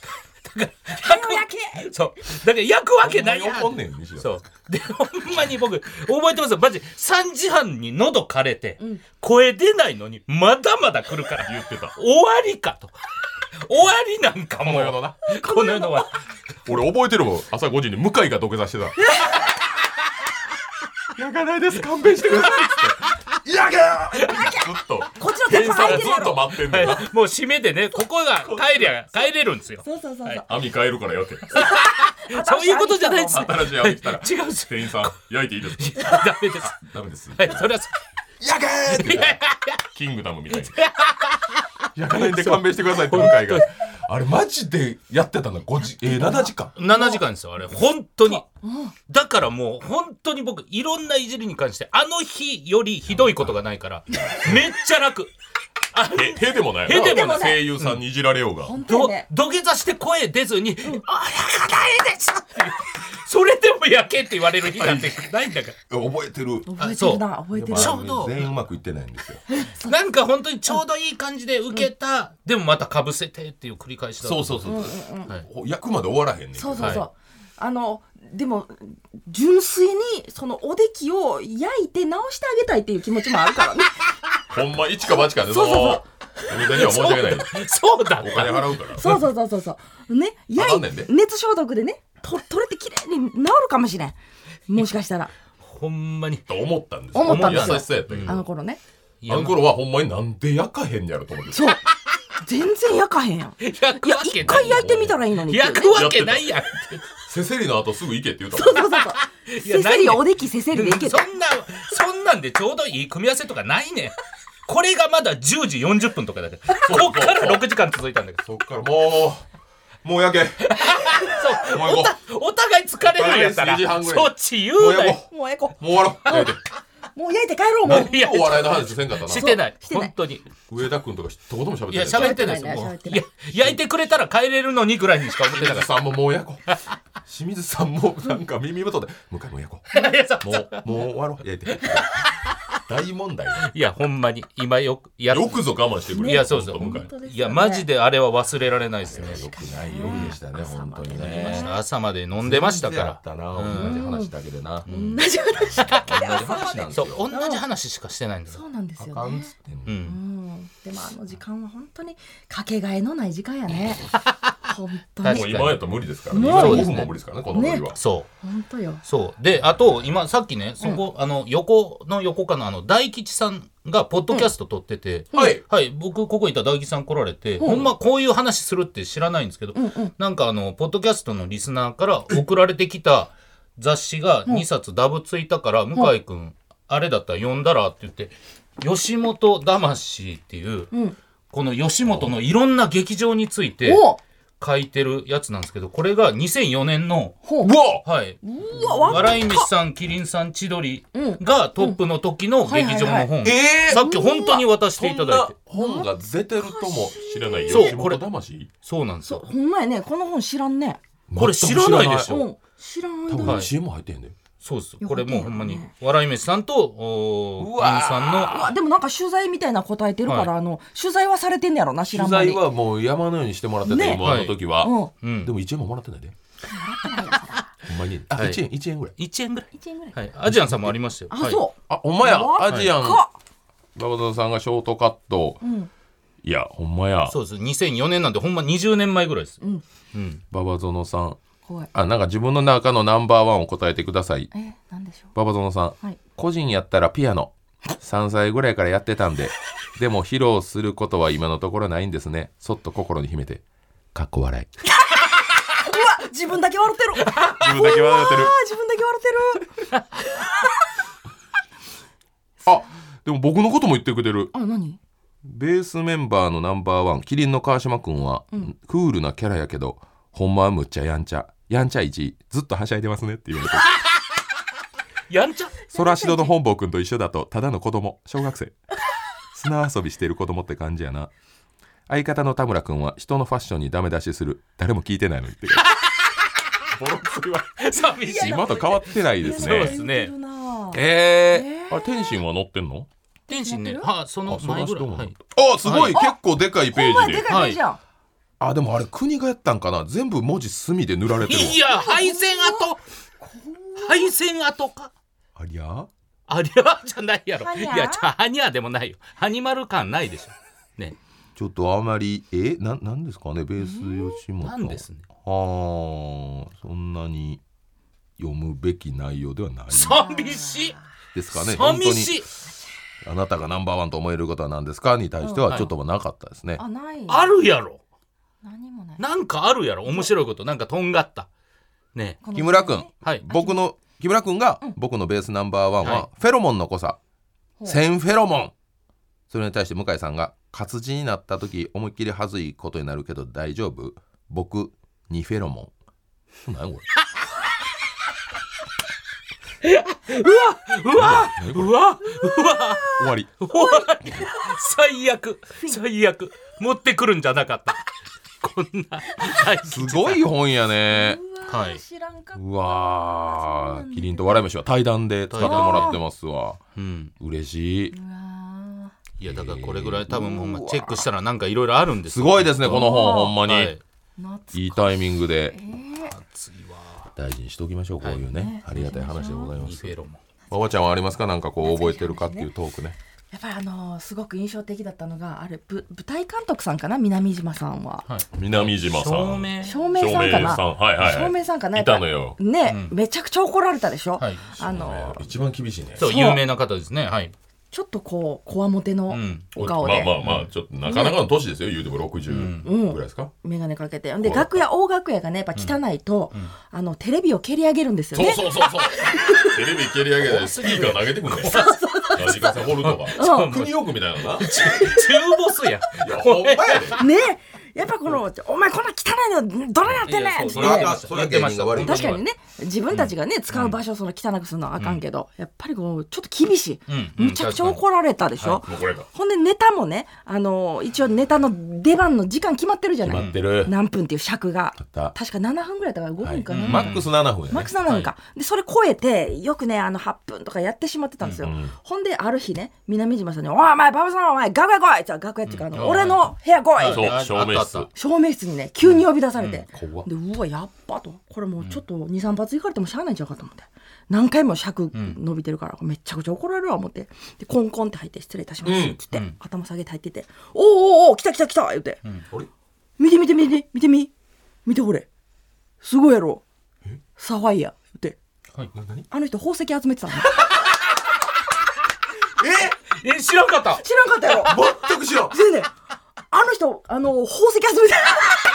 だから焼くそうだから焼くわけないやん。 怒んねん西田。 そうでほんまに僕覚えてますよマジさんじはんに喉枯れて、 うん、 声出ないのにまだまだ来るから言ってた。 終わりかと終わりなんかもうこの世のなこの世のは俺覚えてるもん朝ごじに向井が土下座してた焼かないです勘弁してくださいって焼けーずっとこっちの手店員さんがずっと待ってんねん、 はい、もう閉めてねここが帰りゃ帰れるんですよ。 そうそうそうそう、はい、 網変えるから焼けそういうことじゃないです。 新しい網来たら違うんです。 店員さん焼いていいですかダメですダメです、 はい、それは焼けーってキングダムみたいに焼かないんで勘弁してくださいって向井があれマジでやってたのごじ、えー、しちじかんななじかんですよあれ本当に。だからもう本当に僕いろんないじりに関してあの日よりひどいことがないからめっちゃ楽。 へでもないへでもない声優さんにいじられようが、 うん、 ど土下座して声出ずに、うん、あ焼かないですってそれでも焼けって言われる日なんてないんだから覚えてる覚えてるな覚えてる。 ちょうど全員うまくいってないんですよなんか本当にちょうどいい感じで受けた、うん、でもまたかぶせてっていう繰り返しだ。 そうそうそう、うんうんうんはい、 焼くまで終わらへんねん。 そうそうそう、 はい、 あのでも純粋にそのおできを焼いて直してあげたいっていう気持ちもあるからねほんま一か八かで、ね、 そうそうそうお店には申し訳ないそうだお金払うからそうそうそうそうそうね焼いて熱消毒でねと取れてきれいに治るかもしれんもしかしたらほんまにと思ったんですよ。 思ったんですよ優しさやったけど、 あの頃ねあの頃はほんまになんで焼かへんやろと思ってそう全然焼かへんやん焼くわけない。 いや一回焼いてみたらいいのに、ね、 焼くわけないやんせせりの後すぐ行けって言うたもん。そうそうそうそうせせりおできせせりでいけた。 そんなそんなんでちょうどいい組み合わせとかないねんこれがまだじゅうじよんじゅっぷんとかだからこっからろくじかん続いたんだけどそっからもうもう焼けそうおたお互い疲れるんやったらそっち言うなよ。 もうえこもう終わろう焼いてもう焼いて帰ろうもう。 いやお笑いの話せんかったな。 してない本当に。 上田君とか一言も喋ってない。 いや喋ってないですよもういや焼いてくれたら帰れるのにぐらいにしか思ってなかった。 清水さんももう焼こう清水さんもなんか耳元で向井も焼こうもうもう終わろう焼いて大問題。 いやほんまに今よくやよくぞ我慢してくれ。 いやそうそういやマジであれは忘れられないですね。 よくない夜でしたね本当にね。 朝まで飲んでましたから。 同じ話だけでな。 同じ話だけで同じ話なんですよ。 そう同じ話しかしてないんだよ。 そうなんですよね。 あかんっつってんの。 うんでもあの時間は本当にかけがえのない時間やね本当に。 もう今やったら無理ですからね。 もう今ごふんも無理ですからねこのノリは。 そう本当よ。 そうであと今さっきねそこあの横の横かなあの大吉さんがポッドキャスト撮ってて、 はいはい僕ここいた大吉さん来られてほんまこういう話するって知らないんですけどなんかあのポッドキャストのリスナーから送られてきた雑誌がにさつダブついたから向井くんあれだったら読んだらって言って吉本魂っていうこの吉本のいろんな劇場について書いてるやつなんですけどこれがにせんよねんのはい、笑い飯さんキリンさん千鳥がトップの時の劇場の本さっき本当に渡していただいて本が出てるとも知らないそう吉本魂。 そうなんですよ。 ほんまやねこの本知らんね。 これ知らないでしょ。 知らん多分 シーエム 入ってんで。 そうですこれもうほんまに笑い飯さんとキリンさんのでもなんか取材みたいな答えてるから、はい、あの取材はされてんねやろな知らん間に。 取材はもう山のようにしてもらってて、ね、M ワンの時は、 はいうん、でもいちえんももらってないでほんまにあ、はい、いちえんいちえんぐらいいちえんぐらいいちえんぐらい、 はい、アジアンさんもありましたよ。 あ、はい、そうあほんまやアジアンバババさんがショートカット、うん、いやほんまやそうですにせんよねんなんでほんまにじゅうねんまえぐらいです、 うんうん、 ババゾノさんあなんか自分の中のナンバーワンを答えてください。 えなんでしょう。 ババゾノさん、はい、個人やったらピアノさんさいぐらいからやってたんででも披露することは今のところないんですね。そっと心に秘めてかっこ笑いうわ自分だけ笑ってる自分だけ笑ってる自分だけ笑ってるあでも僕のことも言ってくれる。 あ何ベースメンバーのナンバーワンキリンの川島くんは、うん、クールなキャラやけどほんまはむっちゃやんちゃやんちゃいちずっとはしゃいでますねって言われてやんちゃソラシドの本坊くんと一緒だとただの子供小学生砂遊びしてる子供って感じやな。相方の田村くんは人のファッションにダメ出しする誰も聞いてないのにってボロクソ言われ寂しい今と変わってないですね。 そうですねえー、えー、あれ天心は載ってんの。 天心ねはその前ぐらい、はい、 あすごい、はい、結構でかいページででかいページやん、はいあでもあれ国がやったんかな、全部文字墨で塗られてるわ。 いや配線跡配線跡か。 ありゃありゃじゃないやろ。 はいややじゃあはにゃでもないよ。はに丸感ないでしょね。 ちょっとあまりえななんですかね、ベース吉本なんですね。 はあそんなに読むべき内容ではない寂しいですかね。本当に寂しい。 あなたがナンバーワンと思えることは何ですかに対してはちょっとなかったですね。 あないあるやろ。 何もない。 なんかあるやろ。面白いことなんかとんがったね。 木村君、 はい。 僕の木村君が僕のベースナンバーワンはいはフェロモンの濃さ、 ほうセンフェロモン。それに対して向井さんが活字になった時思いっきり恥ずいことになるけど大丈夫、僕にフェロモン。何これうわうわうわ終わり。 最悪最悪。持ってくるんじゃなかった。こんなすごい本やね。 うわーはい知らんかった。 うわーキリンと笑い飯は対談で使ってもらってますわ。 うん。 嬉しい。 うわいやだからこれぐらい多分もうまチェックしたらなんかいろいろあるんですすよ。 ごいですねこの本、ほんまに、 はい。 ー懐かいいタイミングでえー次は大事にしておきましょう、こういうね、 はいありがたい話でございます。 ニフェロモン。 馬場ちゃんはありますか、なんかこう覚えてるかっていうトークね。 やっぱりあのーすごく印象的だったのがあれぶ舞台監督さんかな、南島さんは南島さん、 照明。 照明さんかな、 照明さん、はいはいはい、 照明さんかな、 いたのよ。 ね、 うんめちゃくちゃ怒られたでしょ、 はい。 あのー一番厳しいね。 そうそう有名な方ですね。はい。 ちょっとこうこわもてのうんお顔で、 まあまあまあちょっとなかなかの年ですよ、言うてもろくじゅうぐらいですか、 眼鏡かけて、で楽屋大楽屋がねやっぱ汚いと、あのテレビを蹴り上げるんですよね。 そうそうそうそうテレビ蹴り上げてスピーカー投げてくんねラジカセホルとかうん国ヨークみたいなな。い中ボスや。 やほんまやで。 ねやっぱこのお前こんな汚いのどれやってんねんってそれはそれは芸人が悪い。 確かにね自分たちがね、使う場所をその汚くするのはあかんけど、やっぱりこうちょっと厳しい、 うんうんむちゃくちゃ怒られたでしょ、 もうこれかほんでネタもね、あの一応ネタの出番の時間決まってるじゃ決ない、 まってる。 何分っていう尺があった確かななふんぐらいだからごふんかな、 はいマックスななふんやね。 マックスななふんか、でそれ超えてよくねあのはっぷんとかやってしまってたんですよ、 うんほんである日ね南島さんに「おいお前馬場さんお前楽屋来い!」って言ったら楽屋っていうかあの、 うん俺の部屋来い!」ってそう照明室あったあっ照明室にね急に呼び出されて、 怖っでうわやっぱとこれもうちょっとにさん発いかれてもしゃあないんちゃうかと思って何回も尺伸びてるからめっちゃくちゃ怒られるわ思ってでコンコンって入って失礼いたしますって言って、 うん頭下げて入ってて「おーおーおー来た来た来た!」言ってあれ 「見て見て見て見て見見てこれすごいやろサファイア」言ってはい。 あの人宝石集めてたのえ知らんかった。 知らんかったやろ全く知らん。 全然あの人あの宝石集めてた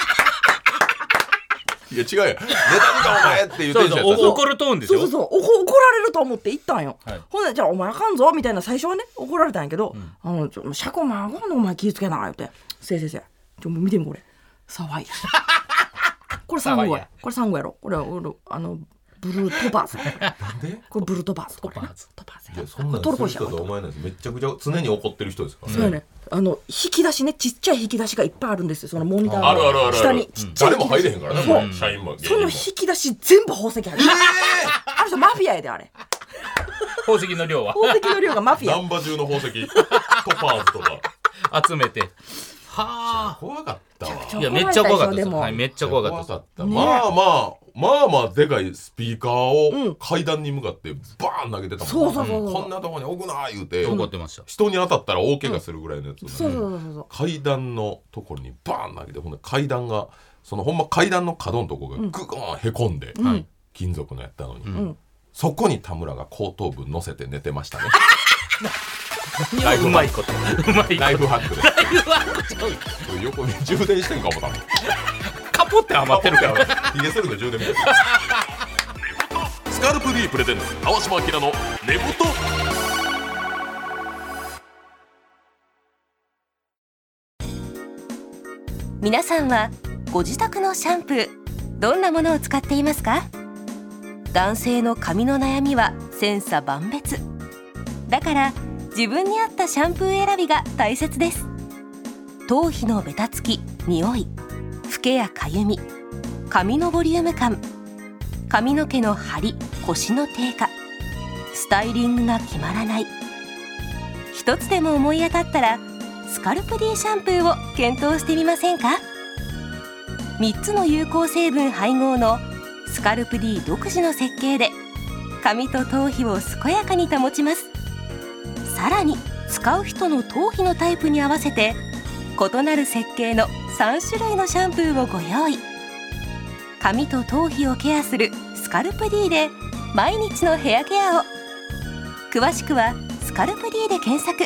いや違うやん。ネタにかお前って言ってそうそうんじゃん。 お怒るトーンでしょ。 そうそうそうおこ怒られると思って行ったんよ、 はいほんでじゃあお前あかんぞみたいな最初はね怒られたんやけど、あのちょ車庫まごのお前気ぃつけな言ってせいせいせいちょ見てみこれサファイアこれサンゴサファイアやこれサンゴやろこれ俺あのブルートパーズなんでこれブルートパーズこれなトパーズトパーズいややそんなんこれトルコ石やする人とお前なんですめちゃくちゃ常に怒ってる人ですからそうやねあの引き出しねちっちゃい引き出しがいっぱいあるんですよそのモニターのあるあるあるある下にちっちゃい誰も引き出し入れへんからねそうもう社員も芸その人も引き出し全部宝石ある、あの人マフィアやであれ宝石の量は宝石の量がマフィア難波中の宝石トパーズとか集めて。はあ。 怖かったわいやめっちゃ怖かったです。 でもはいめっちゃ怖かったです。 怖かったねまあまあまあまあでかいスピーカーうんを階段に向かってバーン投げてたもんそうそうそうそうこんなとこに置くな言うて怒ってました。 人に当たったら大怪我するぐらいのやつをねそうそうそうそう階段のところにバーン投げてほんで階段がそのほんま階段の角のところがグーンへこんで、 うんはい金属のやったのに、 うんそこに田村が後頭部乗せて寝てましたねライフうまいこと。うまいこと。 ライフハックでライフワークちゃうよこれ横に充電してんかも多分カポって余ってるから。 ヒゲ剃りの充電みたいなスカルプ D プレゼンツ川島明の寝言。 皆さんはご自宅のシャンプーどんなものを使っていますか？男性の髪の悩みは千差万別だから自分に合ったシャンプー選びが大切です。頭皮のベタつき、匂い、フケやかゆみ、髪のボリューム感、髪の毛の張り、コシの低下、スタイリングが決まらない、一つでも思い当たったらスカルプ D シャンプーを検討してみませんか？ みっつの有効成分配合のスカルプ D 独自の設計で髪と頭皮を健やかに保ちます。さらに使う人の頭皮のタイプに合わせて異なる設計のさんしゅるいのシャンプーをご用意。髪と頭皮をケアするスカルプ D で毎日のヘアケアを。詳しくはスカルプ D で検索。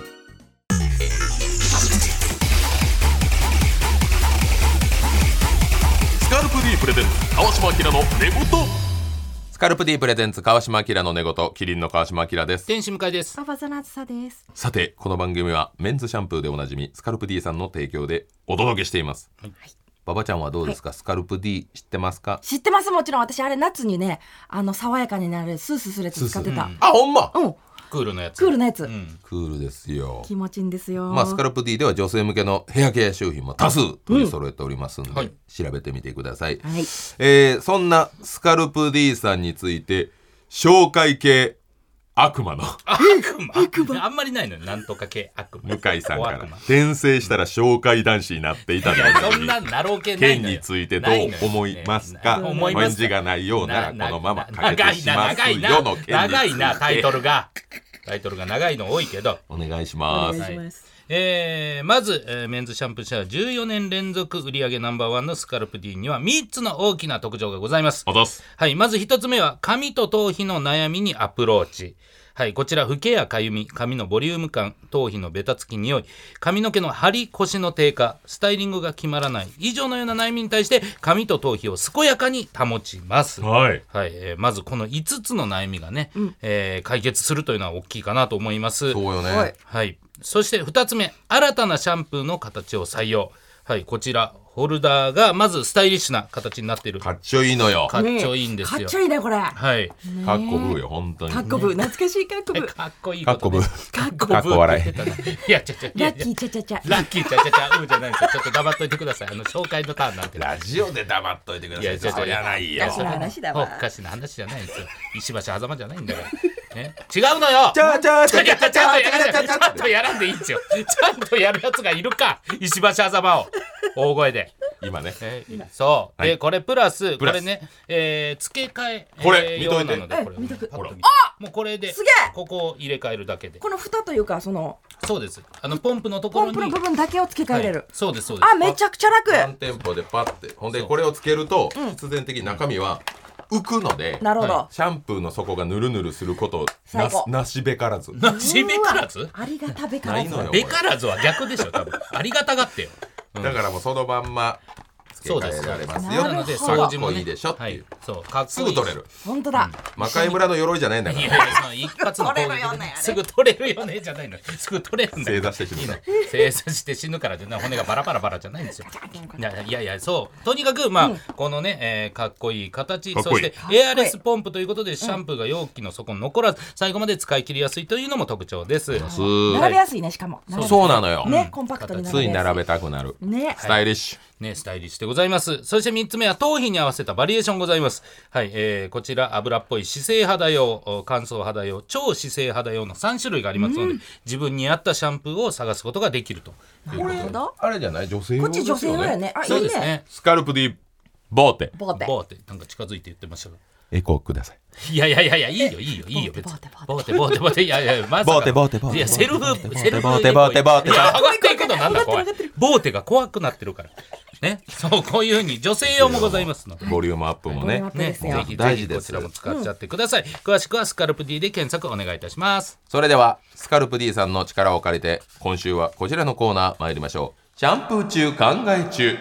スカルプ D プレゼンツ川島明の寝言。 スカルプ D プレゼンツ川島明の寝言、キリンの川島明です。 天使向井です。 パパザナツサです。 さてこの番組はメンズシャンプーでおなじみスカルプ D さんの提供でお届けしています、はい、ババちゃんはどうですか、はい、スカルプ D 知ってますか？ 知ってます。もちろん私あれ夏にね、あの爽やかになるスースーするやつ使ってた。 うん、あ、ほんま、 うん、 クールのやつ。 クールのやつ、 うん、 クールですよ。 気持ちいいんですよ。 まあ、スカルプ D では女性向けのヘアケア商品も多数取り揃えておりますので、うんはい、調べてみてください、はい。えー、そんなスカルプ D さんについて紹介系悪魔の悪魔あんまりないのよ、なんとか系悪魔。 向井さんから転生したら紹介男子になっていたのそんななろう系ないのよ。 件についてどう思いますか？返事がないようならこのままかけてしますよの件について。 長いなタイトルがタイトルが長いの多いけどお願いします。 お願いします。 えー、まず、えー、メンズシャンプー社はじゅうよねん連続売上ナンバーワンのスカルプ D にはみっつの大きな特徴がございます。はい、まずひとつめは髪と頭皮の悩みにアプローチ。はい、こちらフケやかゆみ、髪のボリューム感、頭皮のベタつき匂い、髪の毛の張りコシの低下、スタイリングが決まらない以上のような悩みに対して髪と頭皮を健やかに保ちます。 はい、 はい、えー、まずこのいつつの悩みがね、うん、えー、解決するというのは大きいかなと思います。 そうよね。 はい、そしてふたつめ、新たなシャンプーの形を採用。はい、こちらホルダーがまずスタイリッシュな形になっている。 かっちょいいのよ。 かっちょいいんですよ。 かっちょいいねこれ。 はい。 かっこぶよ本当に。 かっこぶ、懐かしいかっこぶ。 かっこいいかっこぶ。 かっこぶ。 かっこ笑い。 いやちゃちゃラッキーちゃちゃちゃ。 ラッキーちゃちゃちゃうじゃないですよ。ちょっと黙っといてください。あの紹介のターンなんて。 ラジオで黙っといてください。いやちゃちゃやないよ。 おかしな話だわ。 おかしな話じゃないんですよ。石橋狭間じゃないんだから。ね、違うのよ。 ちゃちゃちゃちゃちゃちゃちゃんとやらんでいいんですよ。ちゃんとやるやつがいるか。石橋狭間を大声で。 今ね、 えー、そう、はい、でこれプラスこれね、えー、付け替えこれ、えー、見といてなのでこれ見とく。 ほらもうこれですげえここを入れ替えるだけで。 この蓋というかそのそうです、あのポンプのところにポンプの部分だけを付け替えれる、はい、 そうですそうです。 あ、めちゃくちゃ楽。 ワンテンポでパッて、ほんでこれをつけると必然的に中身は浮くので、 なるほど、 シャンプーの底がヌルヌルすることなし、なしべからず。 なしべからず、 ありがたべからず。 べからずは逆でしょ多分。ありがたがってよ、 うん、だからもうそのまんま付け替えられますよ。 なので掃除もねいいでしょっていう、 はい、そうかっこいい、 すぐ取れる。 本当だ、 うん、魔界村の鎧じゃないんだから。 いやいやその一発の攻撃ですぐ取れるよねじゃないの。すぐ取れるんだよ。 正座して死ぬ。 正座して死ぬからじゃない、骨がバラバラバラじゃないんですよ。いやいやいや、そうとにかくまあ、うん、このね、えー、かっこいい形、そしてエアレスポンプということでシャンプーが容器の底に残らず、うん、最後まで使い切りやすいというのも特徴です。 並べやすいね、しかも。 そうなのよ。 ね、コンパクトに並べやすい。 つい並べたくなる。ね、スタイリッシュ。 ね、スタイリッシュでございます。そしてみっつめは頭皮に合わせたバリエーションございます。はい、えー、こちら油っぽい姿勢肌用、乾燥肌用、超姿勢肌用のさんしゅるいがありますので、うん、自分に合ったシャンプーを探すことができるということで。 あれじゃない、女性用ですよね。 こっち女性用やね。あ、 そうですね。 いいね。 スカルプ D ボーテボーテボーテなんか近づいて言ってましたが、 エコーください。 いやいやいやいや、いいよいいよいいよ別に。ボーテボーテボーテいやいや、まさかボーテボーテボーテ、 いやセルフセルフボーテボーテボーテ、 いや上がっていくのなんだ怖い。ボーテが怖くなってるからね。そうこういう風に女性用もございますので、 ボリュームアップもね、 ね、ぜひぜひこちらも使っちゃってください。詳しくはスカルプ D で検索お願いいたします。 それではスカルプ D さんの力を借りて今週はこちらのコーナー参りましょう。シャンプー中考え中。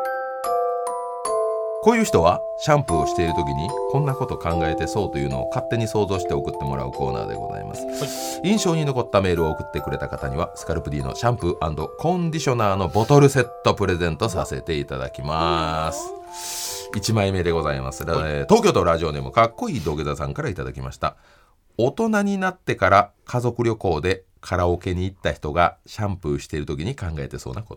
こういう人はシャンプーをしている時にこんなこと考えてそうというのを勝手に想像して送ってもらうコーナーでございます、はい、印象に残ったメールを送ってくれた方にはスカルプ D のシャンプー&コンディショナーのボトルセットプレゼントさせていただきます。いちまいめでございます、はい、東京都ラジオネームかっこいい土下座さんからいただきました。大人になってから家族旅行でカラオケに行った人がシャンプーしている時に考えてそうなこと。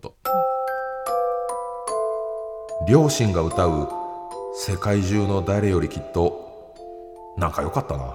両親が歌う世界中の誰よりきっとなんか良かったな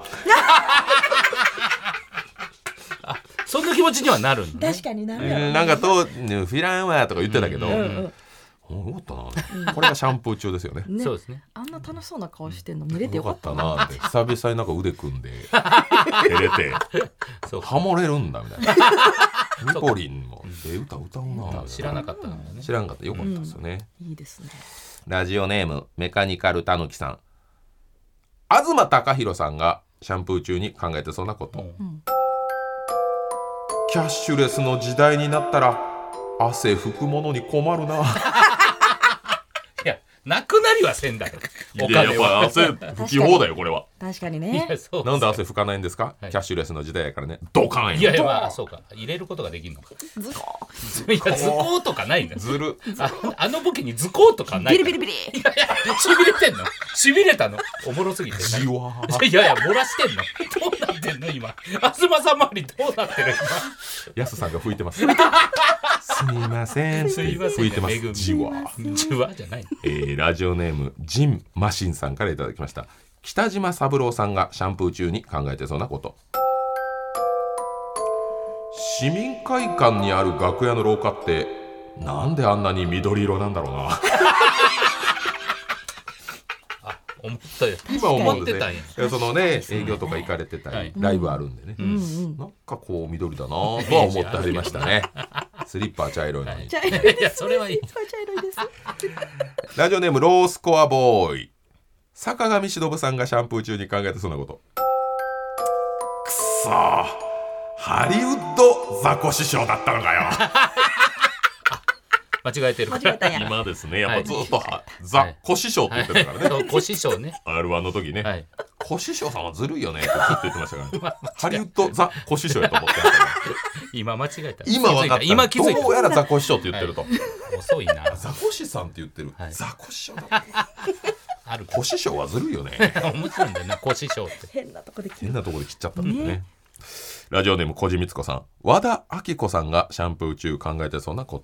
あ、そんな気持ちにはなるんだ、ね、 確かになる、 うん、なんかとフィランはとか言ってたけど、うんうんうん、よかったなこれがシャンプー中ですよね。 ねそうですね。 あんな楽しそうな顔してんの見れてよかよかったったな。 なって久々になんか腕組んで照れてそうハモれるんだみたいな。ミポリンもええ歌歌うな。 知らなかったからね。 知らんかった。よかったですよね。 いいですね。 ラジオネームメカニカルたぬきさん。東貴博さんがシャンプー中に考えてそうなこと、うん、キャッシュレスの時代になったら汗拭くものに困るな。 いやなくなりはせんだよ。お金はやっぱ汗拭き放題よこれは。 確かにね。 なんで汗拭かないんですか、はい、キャッシュレスの時代やからね。ドカンよ。 いやいや、まあ、そうか入れることができるのか。 ズコーいやズコーとかないんだ。 ずるあ, あのボケにズコーとかないビリビリビリ。いやいやしびれてんの。しびれたの。おもろすぎて。 じわいやいや漏らしてんの。どうなってんの今。東さん周りどうなってる今。やすさんが拭いてます。すみません。 すみません。 拭いてます。じわじわじゃない。 えー、ラジオネームジンマシンさんからいただきました。北島三郎さんがシャンプー中に考えてそうなこと。市民会館にある楽屋の廊下ってなんであんなに緑色なんだろうな。 あ、思ったよ。 今思ってたんや。 そのね営業とか行かれてたり、はい、ライブあるんでね、うん、なんかこう緑だなとは思ってはりましたね。スリッパー茶色いのに、はい、 茶色いです。 いやそれはいい。 茶色いです。 ラジオネームロースコアボーイ。坂上忍さんがシャンプー中に考えてそうなこと。くそー、ハリウッドザコ師匠だったのかよ。 間違えてる。 間違えたんや。 今ですね、やっぱずっと、はい、ザコ師匠って言ってるからね。 はい、コ師匠ね。 アールワン の時ね。はい、コ師匠さんはずるいよねってずっと言ってましたからね。まあ、ハリウッドザコ師匠やと思ってたから。 今間違えた。 今分かった。 今気づいた。 どうやらザコ師匠って言ってると。はい、 遅いな。 ザコ師さんって言ってる。はい、ザコ師匠だった。あるコ師匠はずるいよね。 面白いんだよな、コ師匠って。 変なとこで変なとこで切っちゃったんだよね。ね。ラジオネーム小路光子さん。和田アキ子さんがシャンプー中考えてそうなこと。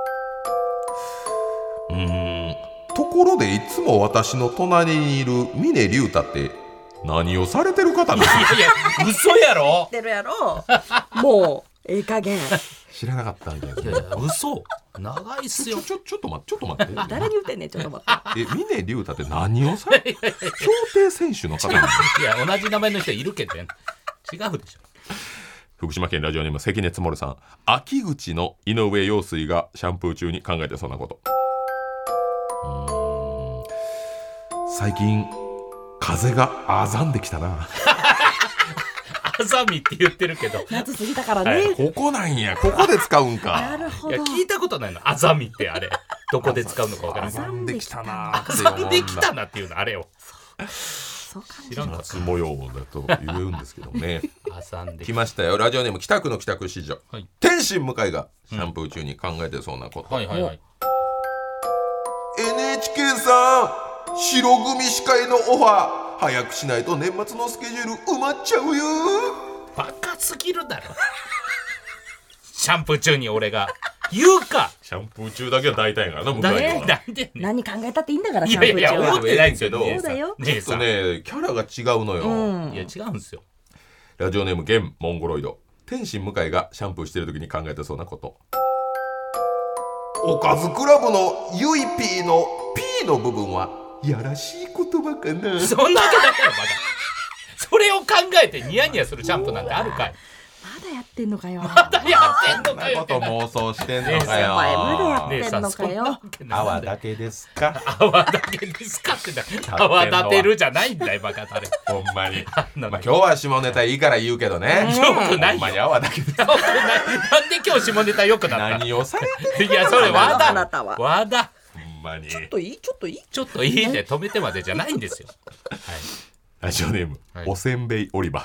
うーん。ところでいつも私の隣にいる峰竜太って何をされてる方なんですか。 いやいや嘘やろ。 知ってるやろ。もうええ加減。 知らなかったみたいな。 いやいや嘘。長いっすよ。 ちょちょちょっと待ってちょっと待って。 誰に言ってんねんちょっと待って。 え峰竜太って何をされて。競艇選手の方なんですか。 いや同じ名前の人いるけどね。違うでしょ。 福島県ラジオネーム関根つもるさん。秋口の井上陽水がシャンプー中に考えてそうなこと。うーん、最近風があざんできたな。 あざみって言ってるけど夏過ぎたからね、はい、 ここなんや。ここで使うんか。 なるほど。 いや聞いたことないの。あざみってあれどこで使うのかわからない。 あざんできたな。 あざんできたなっていうのあれをそうか知らんかった。 夏模様だと言うんですけどね。 あざんで来ましたよ。ラジオネーム北区の北区市場、はい、天心向井がシャンプー中に考えてそうなこと、 うん、はいはいはい。 エヌエイチケー さん、白組司会のオファー早くしないと年末のスケジュール埋まっちゃうよ。 バカすぎるだろ。シャンプー中に俺が言うか。 シャンプー中だけは大体やからな向井は。 なんで何考えたっていいんだから。 いやいやいや思ってないんですけど。 そうだよ。 ちょっとねキャラが違うのよ、 うん、いや違うんですよ。 ラジオネームゲンモンゴロイド。天心向井がシャンプーしてる時に考えてそうなこと。おかずクラブのユイピーの P の部分はやらしい言葉かな。 そんなわけないよまだ。それを考えてニヤニヤするシャンプーなんてあるかい。 まだやってんのかよ。 まだやってんのかよ。 そんなこと妄想してんのかよ。 まだやってんのかよ。 泡だけですか。 泡だけですかって泡立てるじゃないんだよバカタレ。 ほんまに。まあ今日は下ネタいいから言うけどね。 よくないよ。 ほんまに泡だけです。 なんで今日下ネタよくなった。 何をされてる。 いやそれ和田。 あなたは和田。 ほんまに。 ちょっといいちょっといいちょっといいで止めてまでじゃないんですよ。はい。 ラジオネーム、はい、おせんべいオリバー。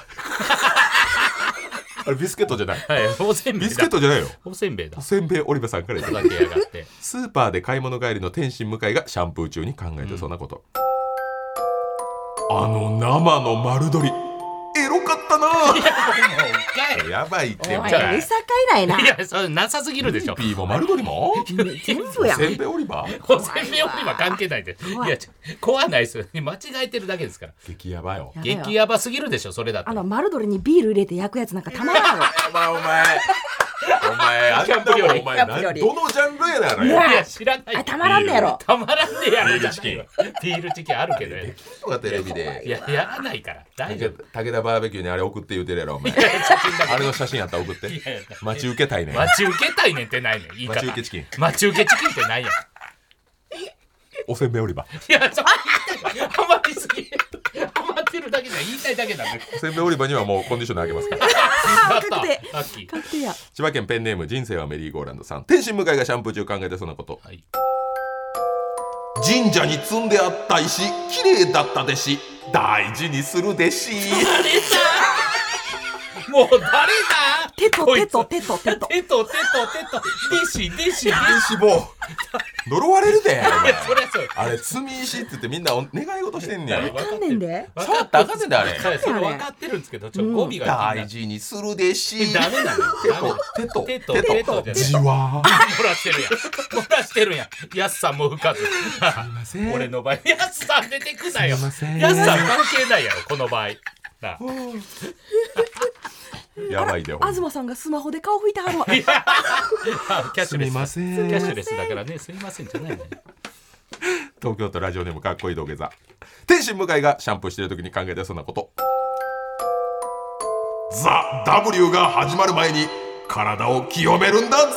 あれビスケットじゃない。 はい、おせんべいだ。 ビスケットじゃないよ。 おせんべいだ。 おせんべいオリバーさんからいただきやがって。スーパーで買い物帰りの天心向井がシャンプー中に考えてそうなこと。うん、あの生の丸鶏エロかったな。いやもうやばいってお前見境ないな。 いやそれなさすぎるでしょ。 ピーも丸鶏も全部や。 おせんべいオリバー。 おせんべいオリバー関係ないで。いや怖ないですよ。間違えてるだけですから。 激ヤバよ。 激ヤバすぎるでしょそれだって。 あの丸鶏にビール入れて焼くやつなんかたまらんよ。 お前お前お前あんなもんお前キャンプ料理どのジャンルやねんあれ。 いや知らないあたまらんねやろ。 たまらんねやろビールチキンビールチキンあるけどやとかテレビでいややらないから大丈夫武田バーベキューにあれ送って言うてるやろお前。 写真だけあれの写真やったら送っていやいや待ち受けたいねん。 待ち受けたいねんってないねん言い方待ち受けチキン待ち受けチキンってないやんおせんべい売り場いやそうハマりすぎハマってるだけじゃ言いたいだけなんだよおせんべい売り場にはもうコンディショナーあげますから。 やった確定ラッキー確定や。 千葉県ペンネーム人生はメリーゴーランドさん。天心向井がシャンプー中考えてそんなこと。 はい神社に積んであった石綺麗だった弟子大事にする弟子。 誰だもう誰だ手とこいつ手と手と手と。 手と手と手と弟子弟子弟弟子も呪われるでお前子そりゃそうあれ積み石って言ってみんなお願い事してんねん。 分かってるわかんねんで。 分触ったらあかんねんであれ。 はいそれ分かってるんですけどちょっと語尾が気にな大る事にする弟子。 ダメなの手と手と手と手とじわ漏らしてるやん漏らしてるやんやすさんも吹かずせん俺の場合やすさん出てくなよすいませんやすさん関係ないやろこの場合なやばいでほんま東さんがスマホで顔拭いてはるわ。 いやキャッシュレスすみませんキャッシュレスだからねすみませんじゃないね東京都ラジオネームかっこいい土下座。天心向井がシャンプーしてる時に考えてそんなこと。ザ・ W が始まる前に体を清めるんだぜ。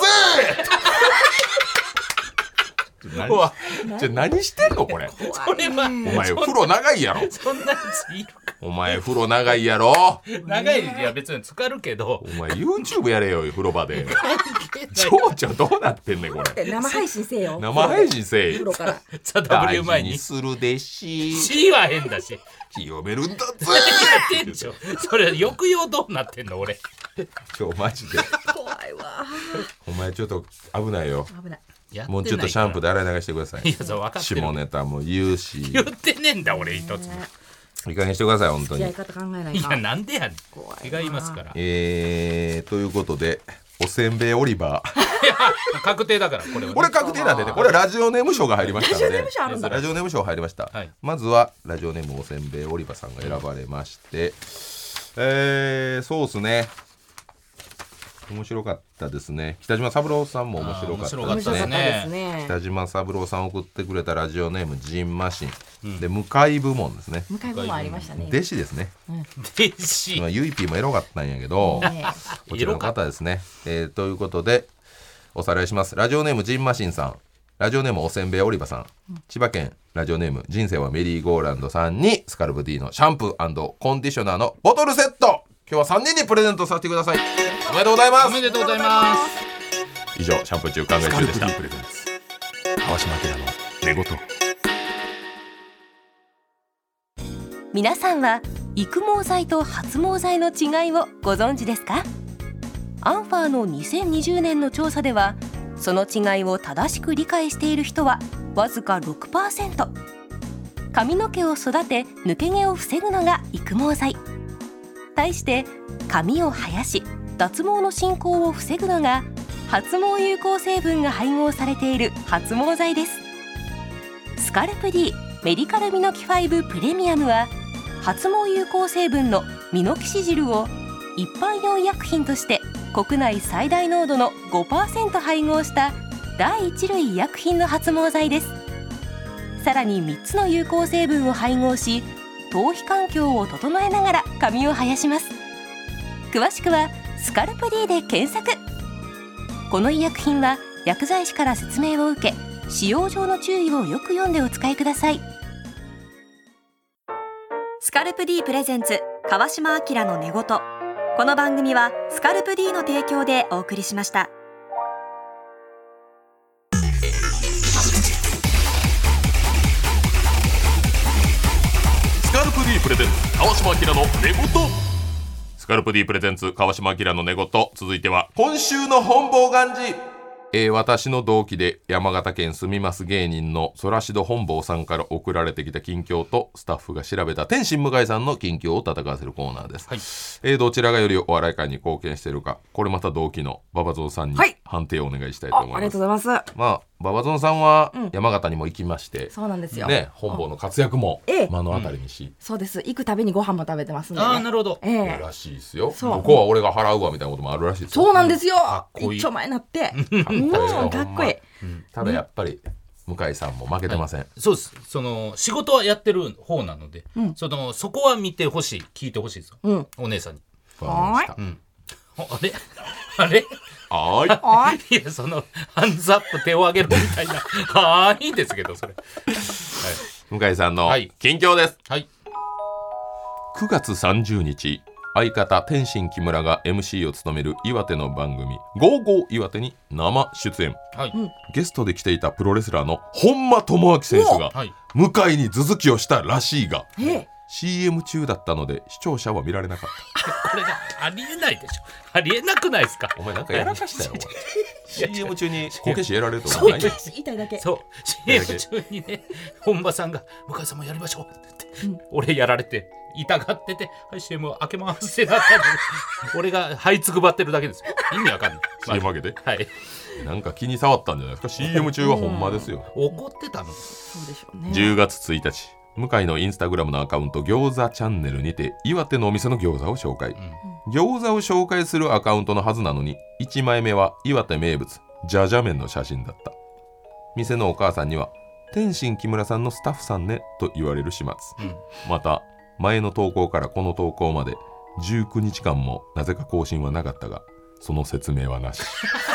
何うわじゃ何してんのこれ。 それはお前風呂長いやろ。 そんなやついるかお前風呂長いやろ。 長いいや別に浸かるけどお前 YouTube やれよ風呂場で。情緒どうなってんねんこれ。 生配信せよ。 生配信せえ風呂から。 ザ・ W 前に大事にする弟子 C は変だし清めるんだぜ。 やってんじゃんそれ抑揚どうなってんの俺今日マジで怖いわ。 お前ちょっと危ないよ。 危ない。 やってないからもうちょっとシャンプーで洗い流してください。 いやそう分かってる下ネタも言うし言ってねえんだ俺一ついい加減にしてください本当に。 付き合い方考えないいか。 やなんでやね怖いわん違いますからいえー、ということでおせんべいオリバーや確定だからこれはねこれ確定なんでねこれラジオネーム賞が入りましたのでラジオネーム賞あるんだラジオネーム賞入りました、 はいまずはラジオネームおせんべいオリバーさんが選ばれましてえー、そうですね面白かったですね。北島三郎さんも面白かった面白かったですね。 ですね。 北島三郎さん送ってくれたラジオネームジンマシン、 うん、 で向井部門ですね。 向井部門ありましたね。 弟子ですね。 弟子今ゆいピーもエロかったんやけど、 ねこちらの方ですね、えー、ということでおさらいします。ラジオネームジンマシンさん、ラジオネームおせんべいオリバさん、うん、千葉県ラジオネーム人生はメリーゴーランドさんにスカルプ D のシャンプー&コンディショナーのボトルセット今日はさんにんにプレゼントさせてください。おめでとうございます。 おめでとうございます。 以上シャンプー中考え中でした。 川島明の寝言。 皆さんは育毛剤と発毛剤の違いをご存知ですか？アンファーのにせんにじゅうねんの調査ではその違いを正しく理解している人はわずか ろくパーセント。 髪の毛を育て抜け毛を防ぐのが育毛剤。対して髪を生やし脱毛の進行を防ぐのが発毛有効成分が配合されている発毛剤です。スカルプ D メディカルミノキファイブプレミアムは発毛有効成分のミノキシジルを一般用医薬品として国内最大濃度の ごパーセント 配合した第一類医薬品の発毛剤です。さらにみっつの有効成分を配合し頭皮環境を整えながら髪を生やします。詳しくはスカルプ D で検索。この医薬品は薬剤師から説明を受け使用上の注意をよく読んでお使いください。 スカルプ D プレゼンツ川島明の寝言。この番組はスカルプ D の提供でお送りしました。 スカルプ D プレゼンツ川島明の寝言。スカルプ D プレゼンツ川島明の寝言。続いては今週の本望願寺、えー、私の同期で山形県住みます芸人のソラシド本坊さんから送られてきた近況とスタッフが調べた天心向井さんの近況を戦わせるコーナーです、はいえー、どちらがよりお笑い界に貢献しているか、これまた同期の馬場蔵さんに判定をお願いしたいと思います、 はい、あ, ありがとうございます。 まあ馬場園さんはうん山形にも行きまして、 そうなんですよ、 ね、本坊の活躍もええ目の当たりにし、 そうです。行くたびにご飯も食べてますんで、ね、 ああなるほど。 ええらしいですよ。 そうここは俺が払うわみたいなこともあるらしいですよ。 そうなんですよ、 かっこいい一丁前になってかっこいいうんよかっこいい、 ただやっぱり向井さんも負けてません、 そうです。その仕事はやってる方なので、 うんそのそこは見てほしい、聞いてほしいですよ。 うんお姉さんに。 わかりましたうん。ああれあれはーいあいいやそのハンズアップ手を挙げるみたいなはーいいんですけどそれ。 向井さんのはい近況です、 はい。 くがつさんじゅうにち相方天心木村が エムシー を務める岩手の番組「ゴーゴー岩手」に生出演。 はい。 ゲストで来ていたプロレスラーの本間智明選手がはい。 向井に頭突きをしたらしいが、 ええシーエム 中だったので視聴者は見られなかった。 これがありえないでしょ。ありえなくないですか。 お前なんかやらかしたよお前シーエム 中にこけしやられるとそう思うない痛いだけそう シーエム 中にね本間さんが向井さんもやりましょうって言って、俺やられて痛がっててはい シーエム 開けますってなったのに俺が這いつくばってるだけですよ。意味わかんない。 シーエム 開けてはい。 なんか気に障ったんじゃないですか。 シーエム 中はほんまですよ。 怒ってたの。 そうでしょうね。 じゅうがつついたち向井のインスタグラムのアカウント餃子チャンネルにて岩手のお店の餃子を紹介、餃子を紹介するアカウントのはずなのにいちまいめは岩手名物じゃじゃ麺の写真だった。店のお母さんには天心木村さんのスタッフさんねと言われる始末、 うんまた前の投稿からこの投稿までじゅうくにちかんもなぜか更新はなかったがその説明はなし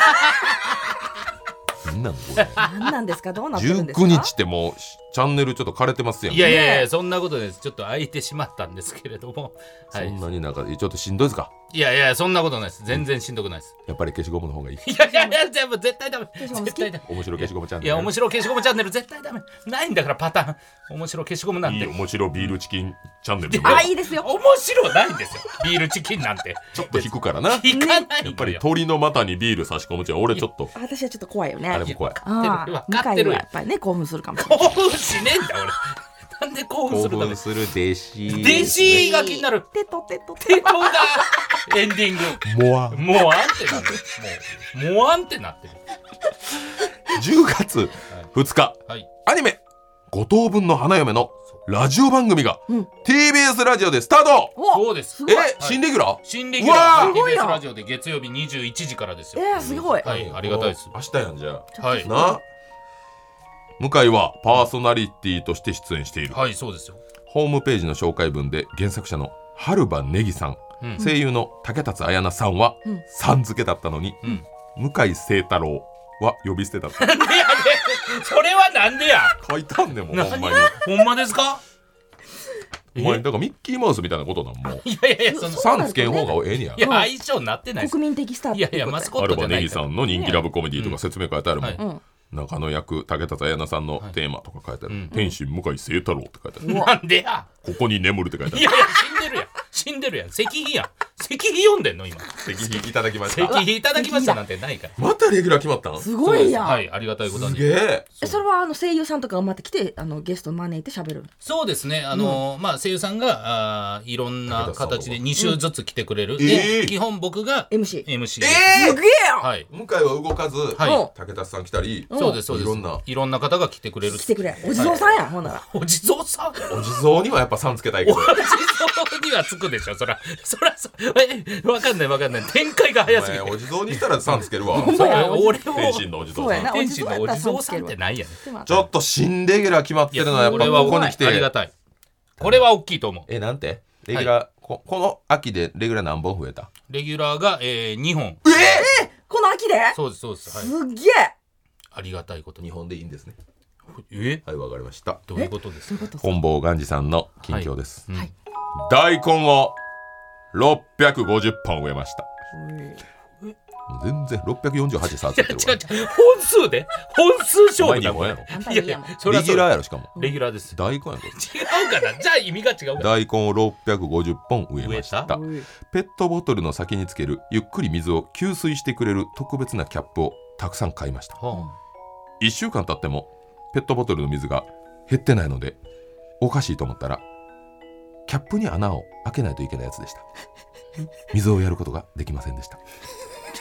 なんなんこれ何なんですか、どうなってじゅうるんですか。 くにちってもうチャンネルちょっと枯れてますやん。 いやいやいやそんなことです。ちょっと空いてしまったんですけれども、はそい、 んなになんかちょっとしんどいですか。 いやいやそんなことないです。全然しんどくないです。 やっぱり消しゴムの方がいい。 いやいやいや全部絶対ダメ消しゴム好き絶対ダメ。 面白消しゴムチャンネル。 いや面白消しゴムチャンネル絶対ダメ。ないんだからパターン。面白消しゴムなんていい面白ビールチキンチャンネル。 あ、いいですよ。 面白ないんですよ。ビールチキンなんてちょっと引くからな。 引かないのよ。 やっぱり鳥の股にビール差し込むちゃ俺ちょっと私はちょっと怖いよね。 あれも怖い。 あ分あ、向井かってるよはやっぱりね興奮するかもしれない。 興奮しねえんだ俺。なんで興奮す興るため奮する弟子。 弟子が気になる。 テトテトテトがエンディング。 モア。 もうあんってなってる。もうもうあんってなってる。 じゅうがつふつか、 はい。 アニメご等分の花嫁のラジオ番組がうんティービーエス ラジオでスタート。 お、 そうです。 すごい。 え、新レギュラー？ 新レギュラーうわーがすごいティービーエスなラジオで月曜日にじゅういちじからですよ。 えー、すごい。 はい、ありがたいです。 明日やんじゃはいあ。。な。向井はパーソナリティとして出演している。 はい、そうですよ。 ホームページの紹介文で原作者の春場ねぎさん、 うん声優の竹達彩奈さんは、 うんさん付けだったのに、 うん。 向井聖太郎は呼び捨てだった。 なんでやねん。それはなんでや。 書いたんねんもんほんまに。 ほんまですか。 お前だからミッキーマウスみたいなことなんもう。 いやいやいや、その。 さんつけん方がええねやい。や、相性になってないです。 国民的スターっていやいや、マスコッ春場ねぎトじゃないから。 さんの人気ラブコメディとか説明書いてあるもん。 はいうん。 中野役竹達彩奈さんのテーマとか書いてある、 はいうん天心向井聖太郎って書いてある、 なんでや。 ここに眠るって書いてあるいやいや、死んでるやん。死んでるやん。石碑やん。石碑読んでんの今。 石碑いただきまし石た。 碑いただきましたなんてないから。 またレギュラー決まったん？すすごいやん。 はい、ありがたいことに。 げえ。 え、それはあの声優さんとかがまた来てあのゲスト招いて喋る。 そうですね、あのまあ、声優さんがあーいろんな形でに週ずつ来てくれる、 うんえーで基本僕がエムシー。 エムシー で、 えすげえやん。 はい、 向井は動かず、 はい竹達さん来たり、 うんそうですそうですいろんないろんな方が来てくれる来てくれ。お地蔵さんやん、ほんなら。 お地蔵さんお地蔵にはやっぱさんつけたいけどお地蔵にはつくでしょそらそらそえわかんないわかんない展開が早すぎてお前お地蔵にしたらさんつけるわほんまや俺を天心のお地蔵さんそうやな。 天心のお地蔵さんってないやねでもちょっと新レギュラー決まってるのはやっぱこれはここに来てありがたいこれは大きいと思うえなんてレギュラー、ここの秋でレギュラー何本増えた？ レギュラーが、えー、にほんこの秋で。 そうですそうです、はい、 すっげえ。 ありがたいことににほんでいいんですね。 えはいわかりました。 どういうことですかそういうこと。 本坊元治さんの近況です、 うんはい大根をろっぴゃくごじゅっぽん植えました。もう全然ろっぴゃくよんじゅうはち触っちゃってるわ違う違う本数で本数お勝負だもん前にほんやろあんたいやいやいいやもん。 それはそうレギュラーやろしかもレギュラーです大根やこれ違うかなじゃあ意味が違うから大根をろっぴゃくごじゅっぽん植えました植おいペットボトルの先につけるゆっくり水を吸水してくれる特別なキャップをたくさん買いました。いっしゅうかん経ってもペットボトルの水が減ってないのでおかしいと思ったらキャップに穴を開けないといけないやつでした。水をやることができませんでした。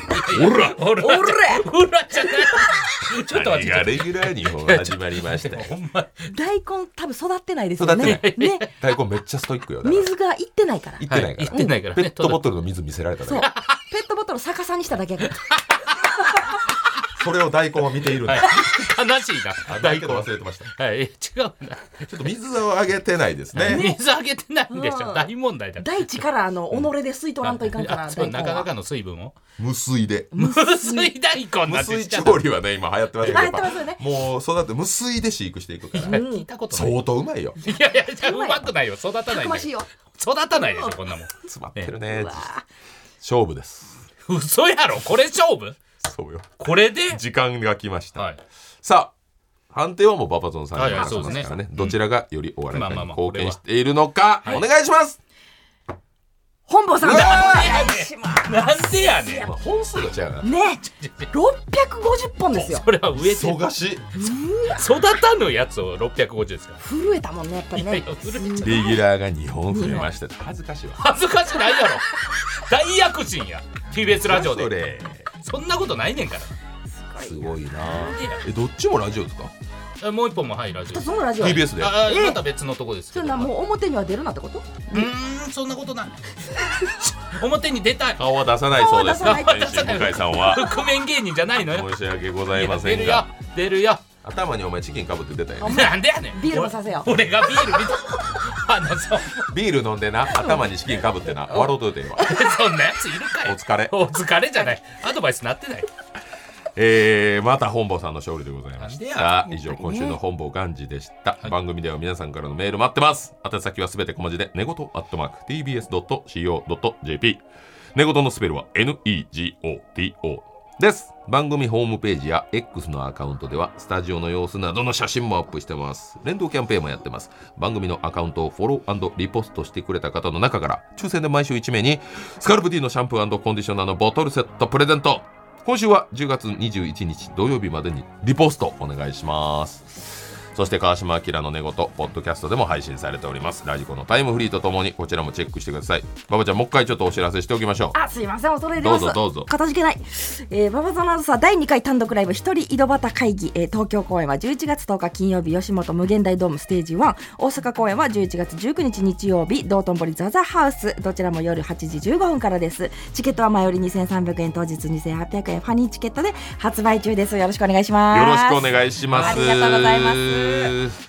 おらおらおらおらじゃないちょっと待って何がレギュラーにほん始まりましたよ。 ほんま大根多分育ってないですよね。 育ってね、 大根めっちゃストイックよ。だから水がいってないから。 行ってないから、 はい行ってないからねペットボトルの水見せられただそうけ。 ペットボトル逆さにしただけやから。 それを大根は見ているんだ、 はい悲しいなあ大根忘れてました。 はい違うなちょっと水をあげてないですね。 水あげてないんでしょうん大問題だ大地からあの己で吸い取らんといかんから。 あそう大根はなかなかの水分を無水で無水大根無水なんてしちゃった調理はね今流行ってますけど、 流行ってますよねもう育て無水で飼育していくからうん聞いたことない相当うまいよ。 いやいやじゃあうまくないよ育たないんだよたくましいよ。 育たないでしょこんなもん詰まってるねうわ勝負です。 嘘やろこれ勝負そうよ。 これで時間が来ました、 はいさあ判定はもうババゾンさんにはいはい任せますからね、 そうですねどちらがよりお笑い界にまあまあまあ貢献しているのか、 はいお願いします、 本坊さんうわーお願いしますなんでやねんまあ本数が違うな。 ね、ろっぴゃくごじゅっぽんですよ。 それは植えて忙しい。 育たぬやつをろっぴゃくごじゅうですか震えたもんね、やっぱりらいやね。 いや古いちゃレギュラーがにほん増えましたって恥ずかしいわ。 恥ずかしないやろ大躍進や ティービーエス ラジオでそれそんなことないねんかすごいな。 なんでやえどっちもラジオですか？ あもう一本もはいラジオそのラジオ。 ティービーエス で。 ああえまた別のとこですけどそんなもう表には出るなってこと？ うーんそんなことない表に出たい顔は出さないそうです。 顔は出さない天心向井さんは覆面芸人じゃないのよ申し訳ございませ出るよんが、 出るよ頭にお前チキンかぶって出たよ。 なんでやねんビールもさせよ。 俺がビール見たあのそうビール飲んでな、頭にチキンかぶってな、笑うといてよ。 そんなやついるかよお疲れ。 お疲れじゃないアドバイスなってないえー、また本坊さんの勝利でございましなんでた。以上今週の本坊ガンジでした、 はい番組では皆さんからのメール待ってます。宛先はすべて小文字で寝言アットマーク ティービーエスドットシーオードットジェーピー 寝言のスペルは エヌイージーオーティーオー です。番組ホームページや X のアカウントではスタジオの様子などの写真もアップしてます。連動キャンペーンもやってます。番組のアカウントをフォロー&リポストしてくれた方の中から抽選で毎週いち名にスカルプ D のシャンプー&コンディショナーのボトルセットプレゼント。今週はじゅうがつにじゅういちにち土曜日までにリポストお願いします。そして川島明の寝言ポッドキャストでも配信されております。ラジコのタイムフリーとともにこちらもチェックしてください。ババちゃんもう一回ちょっとお知らせしておきましょう。 あ、すいません、恐れ入ります。 どうぞどうぞかたじけない。えー、ババザナウンサーだいにかい単独ライブ一人井戸端会議、えー、東京公演はじゅういちがつとおか金曜日吉本無限大ドームステージいち、大阪公演はじゅういちがつじゅうくにち日曜日道頓堀ザザハウス、どちらも夜はちじじゅうごふんからです。チケットは前よりにせんさんびゃくえん、当日にせんはっぴゃくえん、ファニーチケットで発売中です。よろしくお願いします。 よろしくお願いします。 ありがとうございます。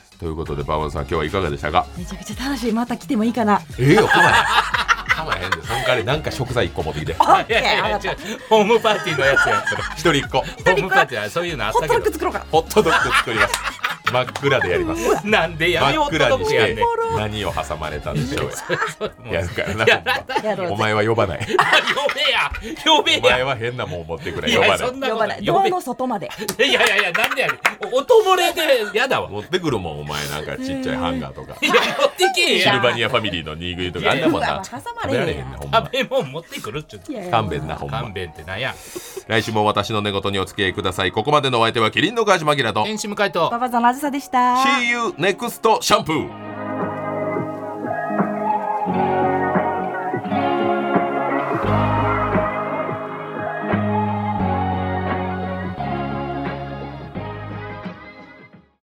ということでババさん今日はいかがでしたか？ めちゃくちゃ楽しい。また来てもいいかな。 ええよ、かまへんかまへんで、その代わりなんか食材いっこ持ってきてオッケいやいやいー、 やあなた違うホームパーティーのやつやそれ一人いっこホームパーティーはそういうのあっホットドたけどッグ作ろうか。 ホットドッグ作ります。真っ暗でやります。 なんでやめようと真っ暗どにしてくやんねん何を挟まれたんでしょうや。やるからな。 やらないやろうぜお前は呼ばない。 あ呼べや呼べお前やは変なもん持ってくれ。 いや呼ばない。 そんなこと呼ばない。ドアの外まで。 いやいやいやなんでやねん音漏れでやだわ持ってくるもんお前なんかちっちゃいハンガーとか。 いや持ってけえやシルバニアファミリーのニーグイとかあんなもんな。 いやいや食べられへんねんほんま食。べ物持ってくるっちゅういやいや勘弁なほんま勘。弁ってなんや来週も私の寝言にお付き合いください。ここまでのお相手はキリンの川島明と天使向かいとババザナあずさでした。 See you next シャンプー。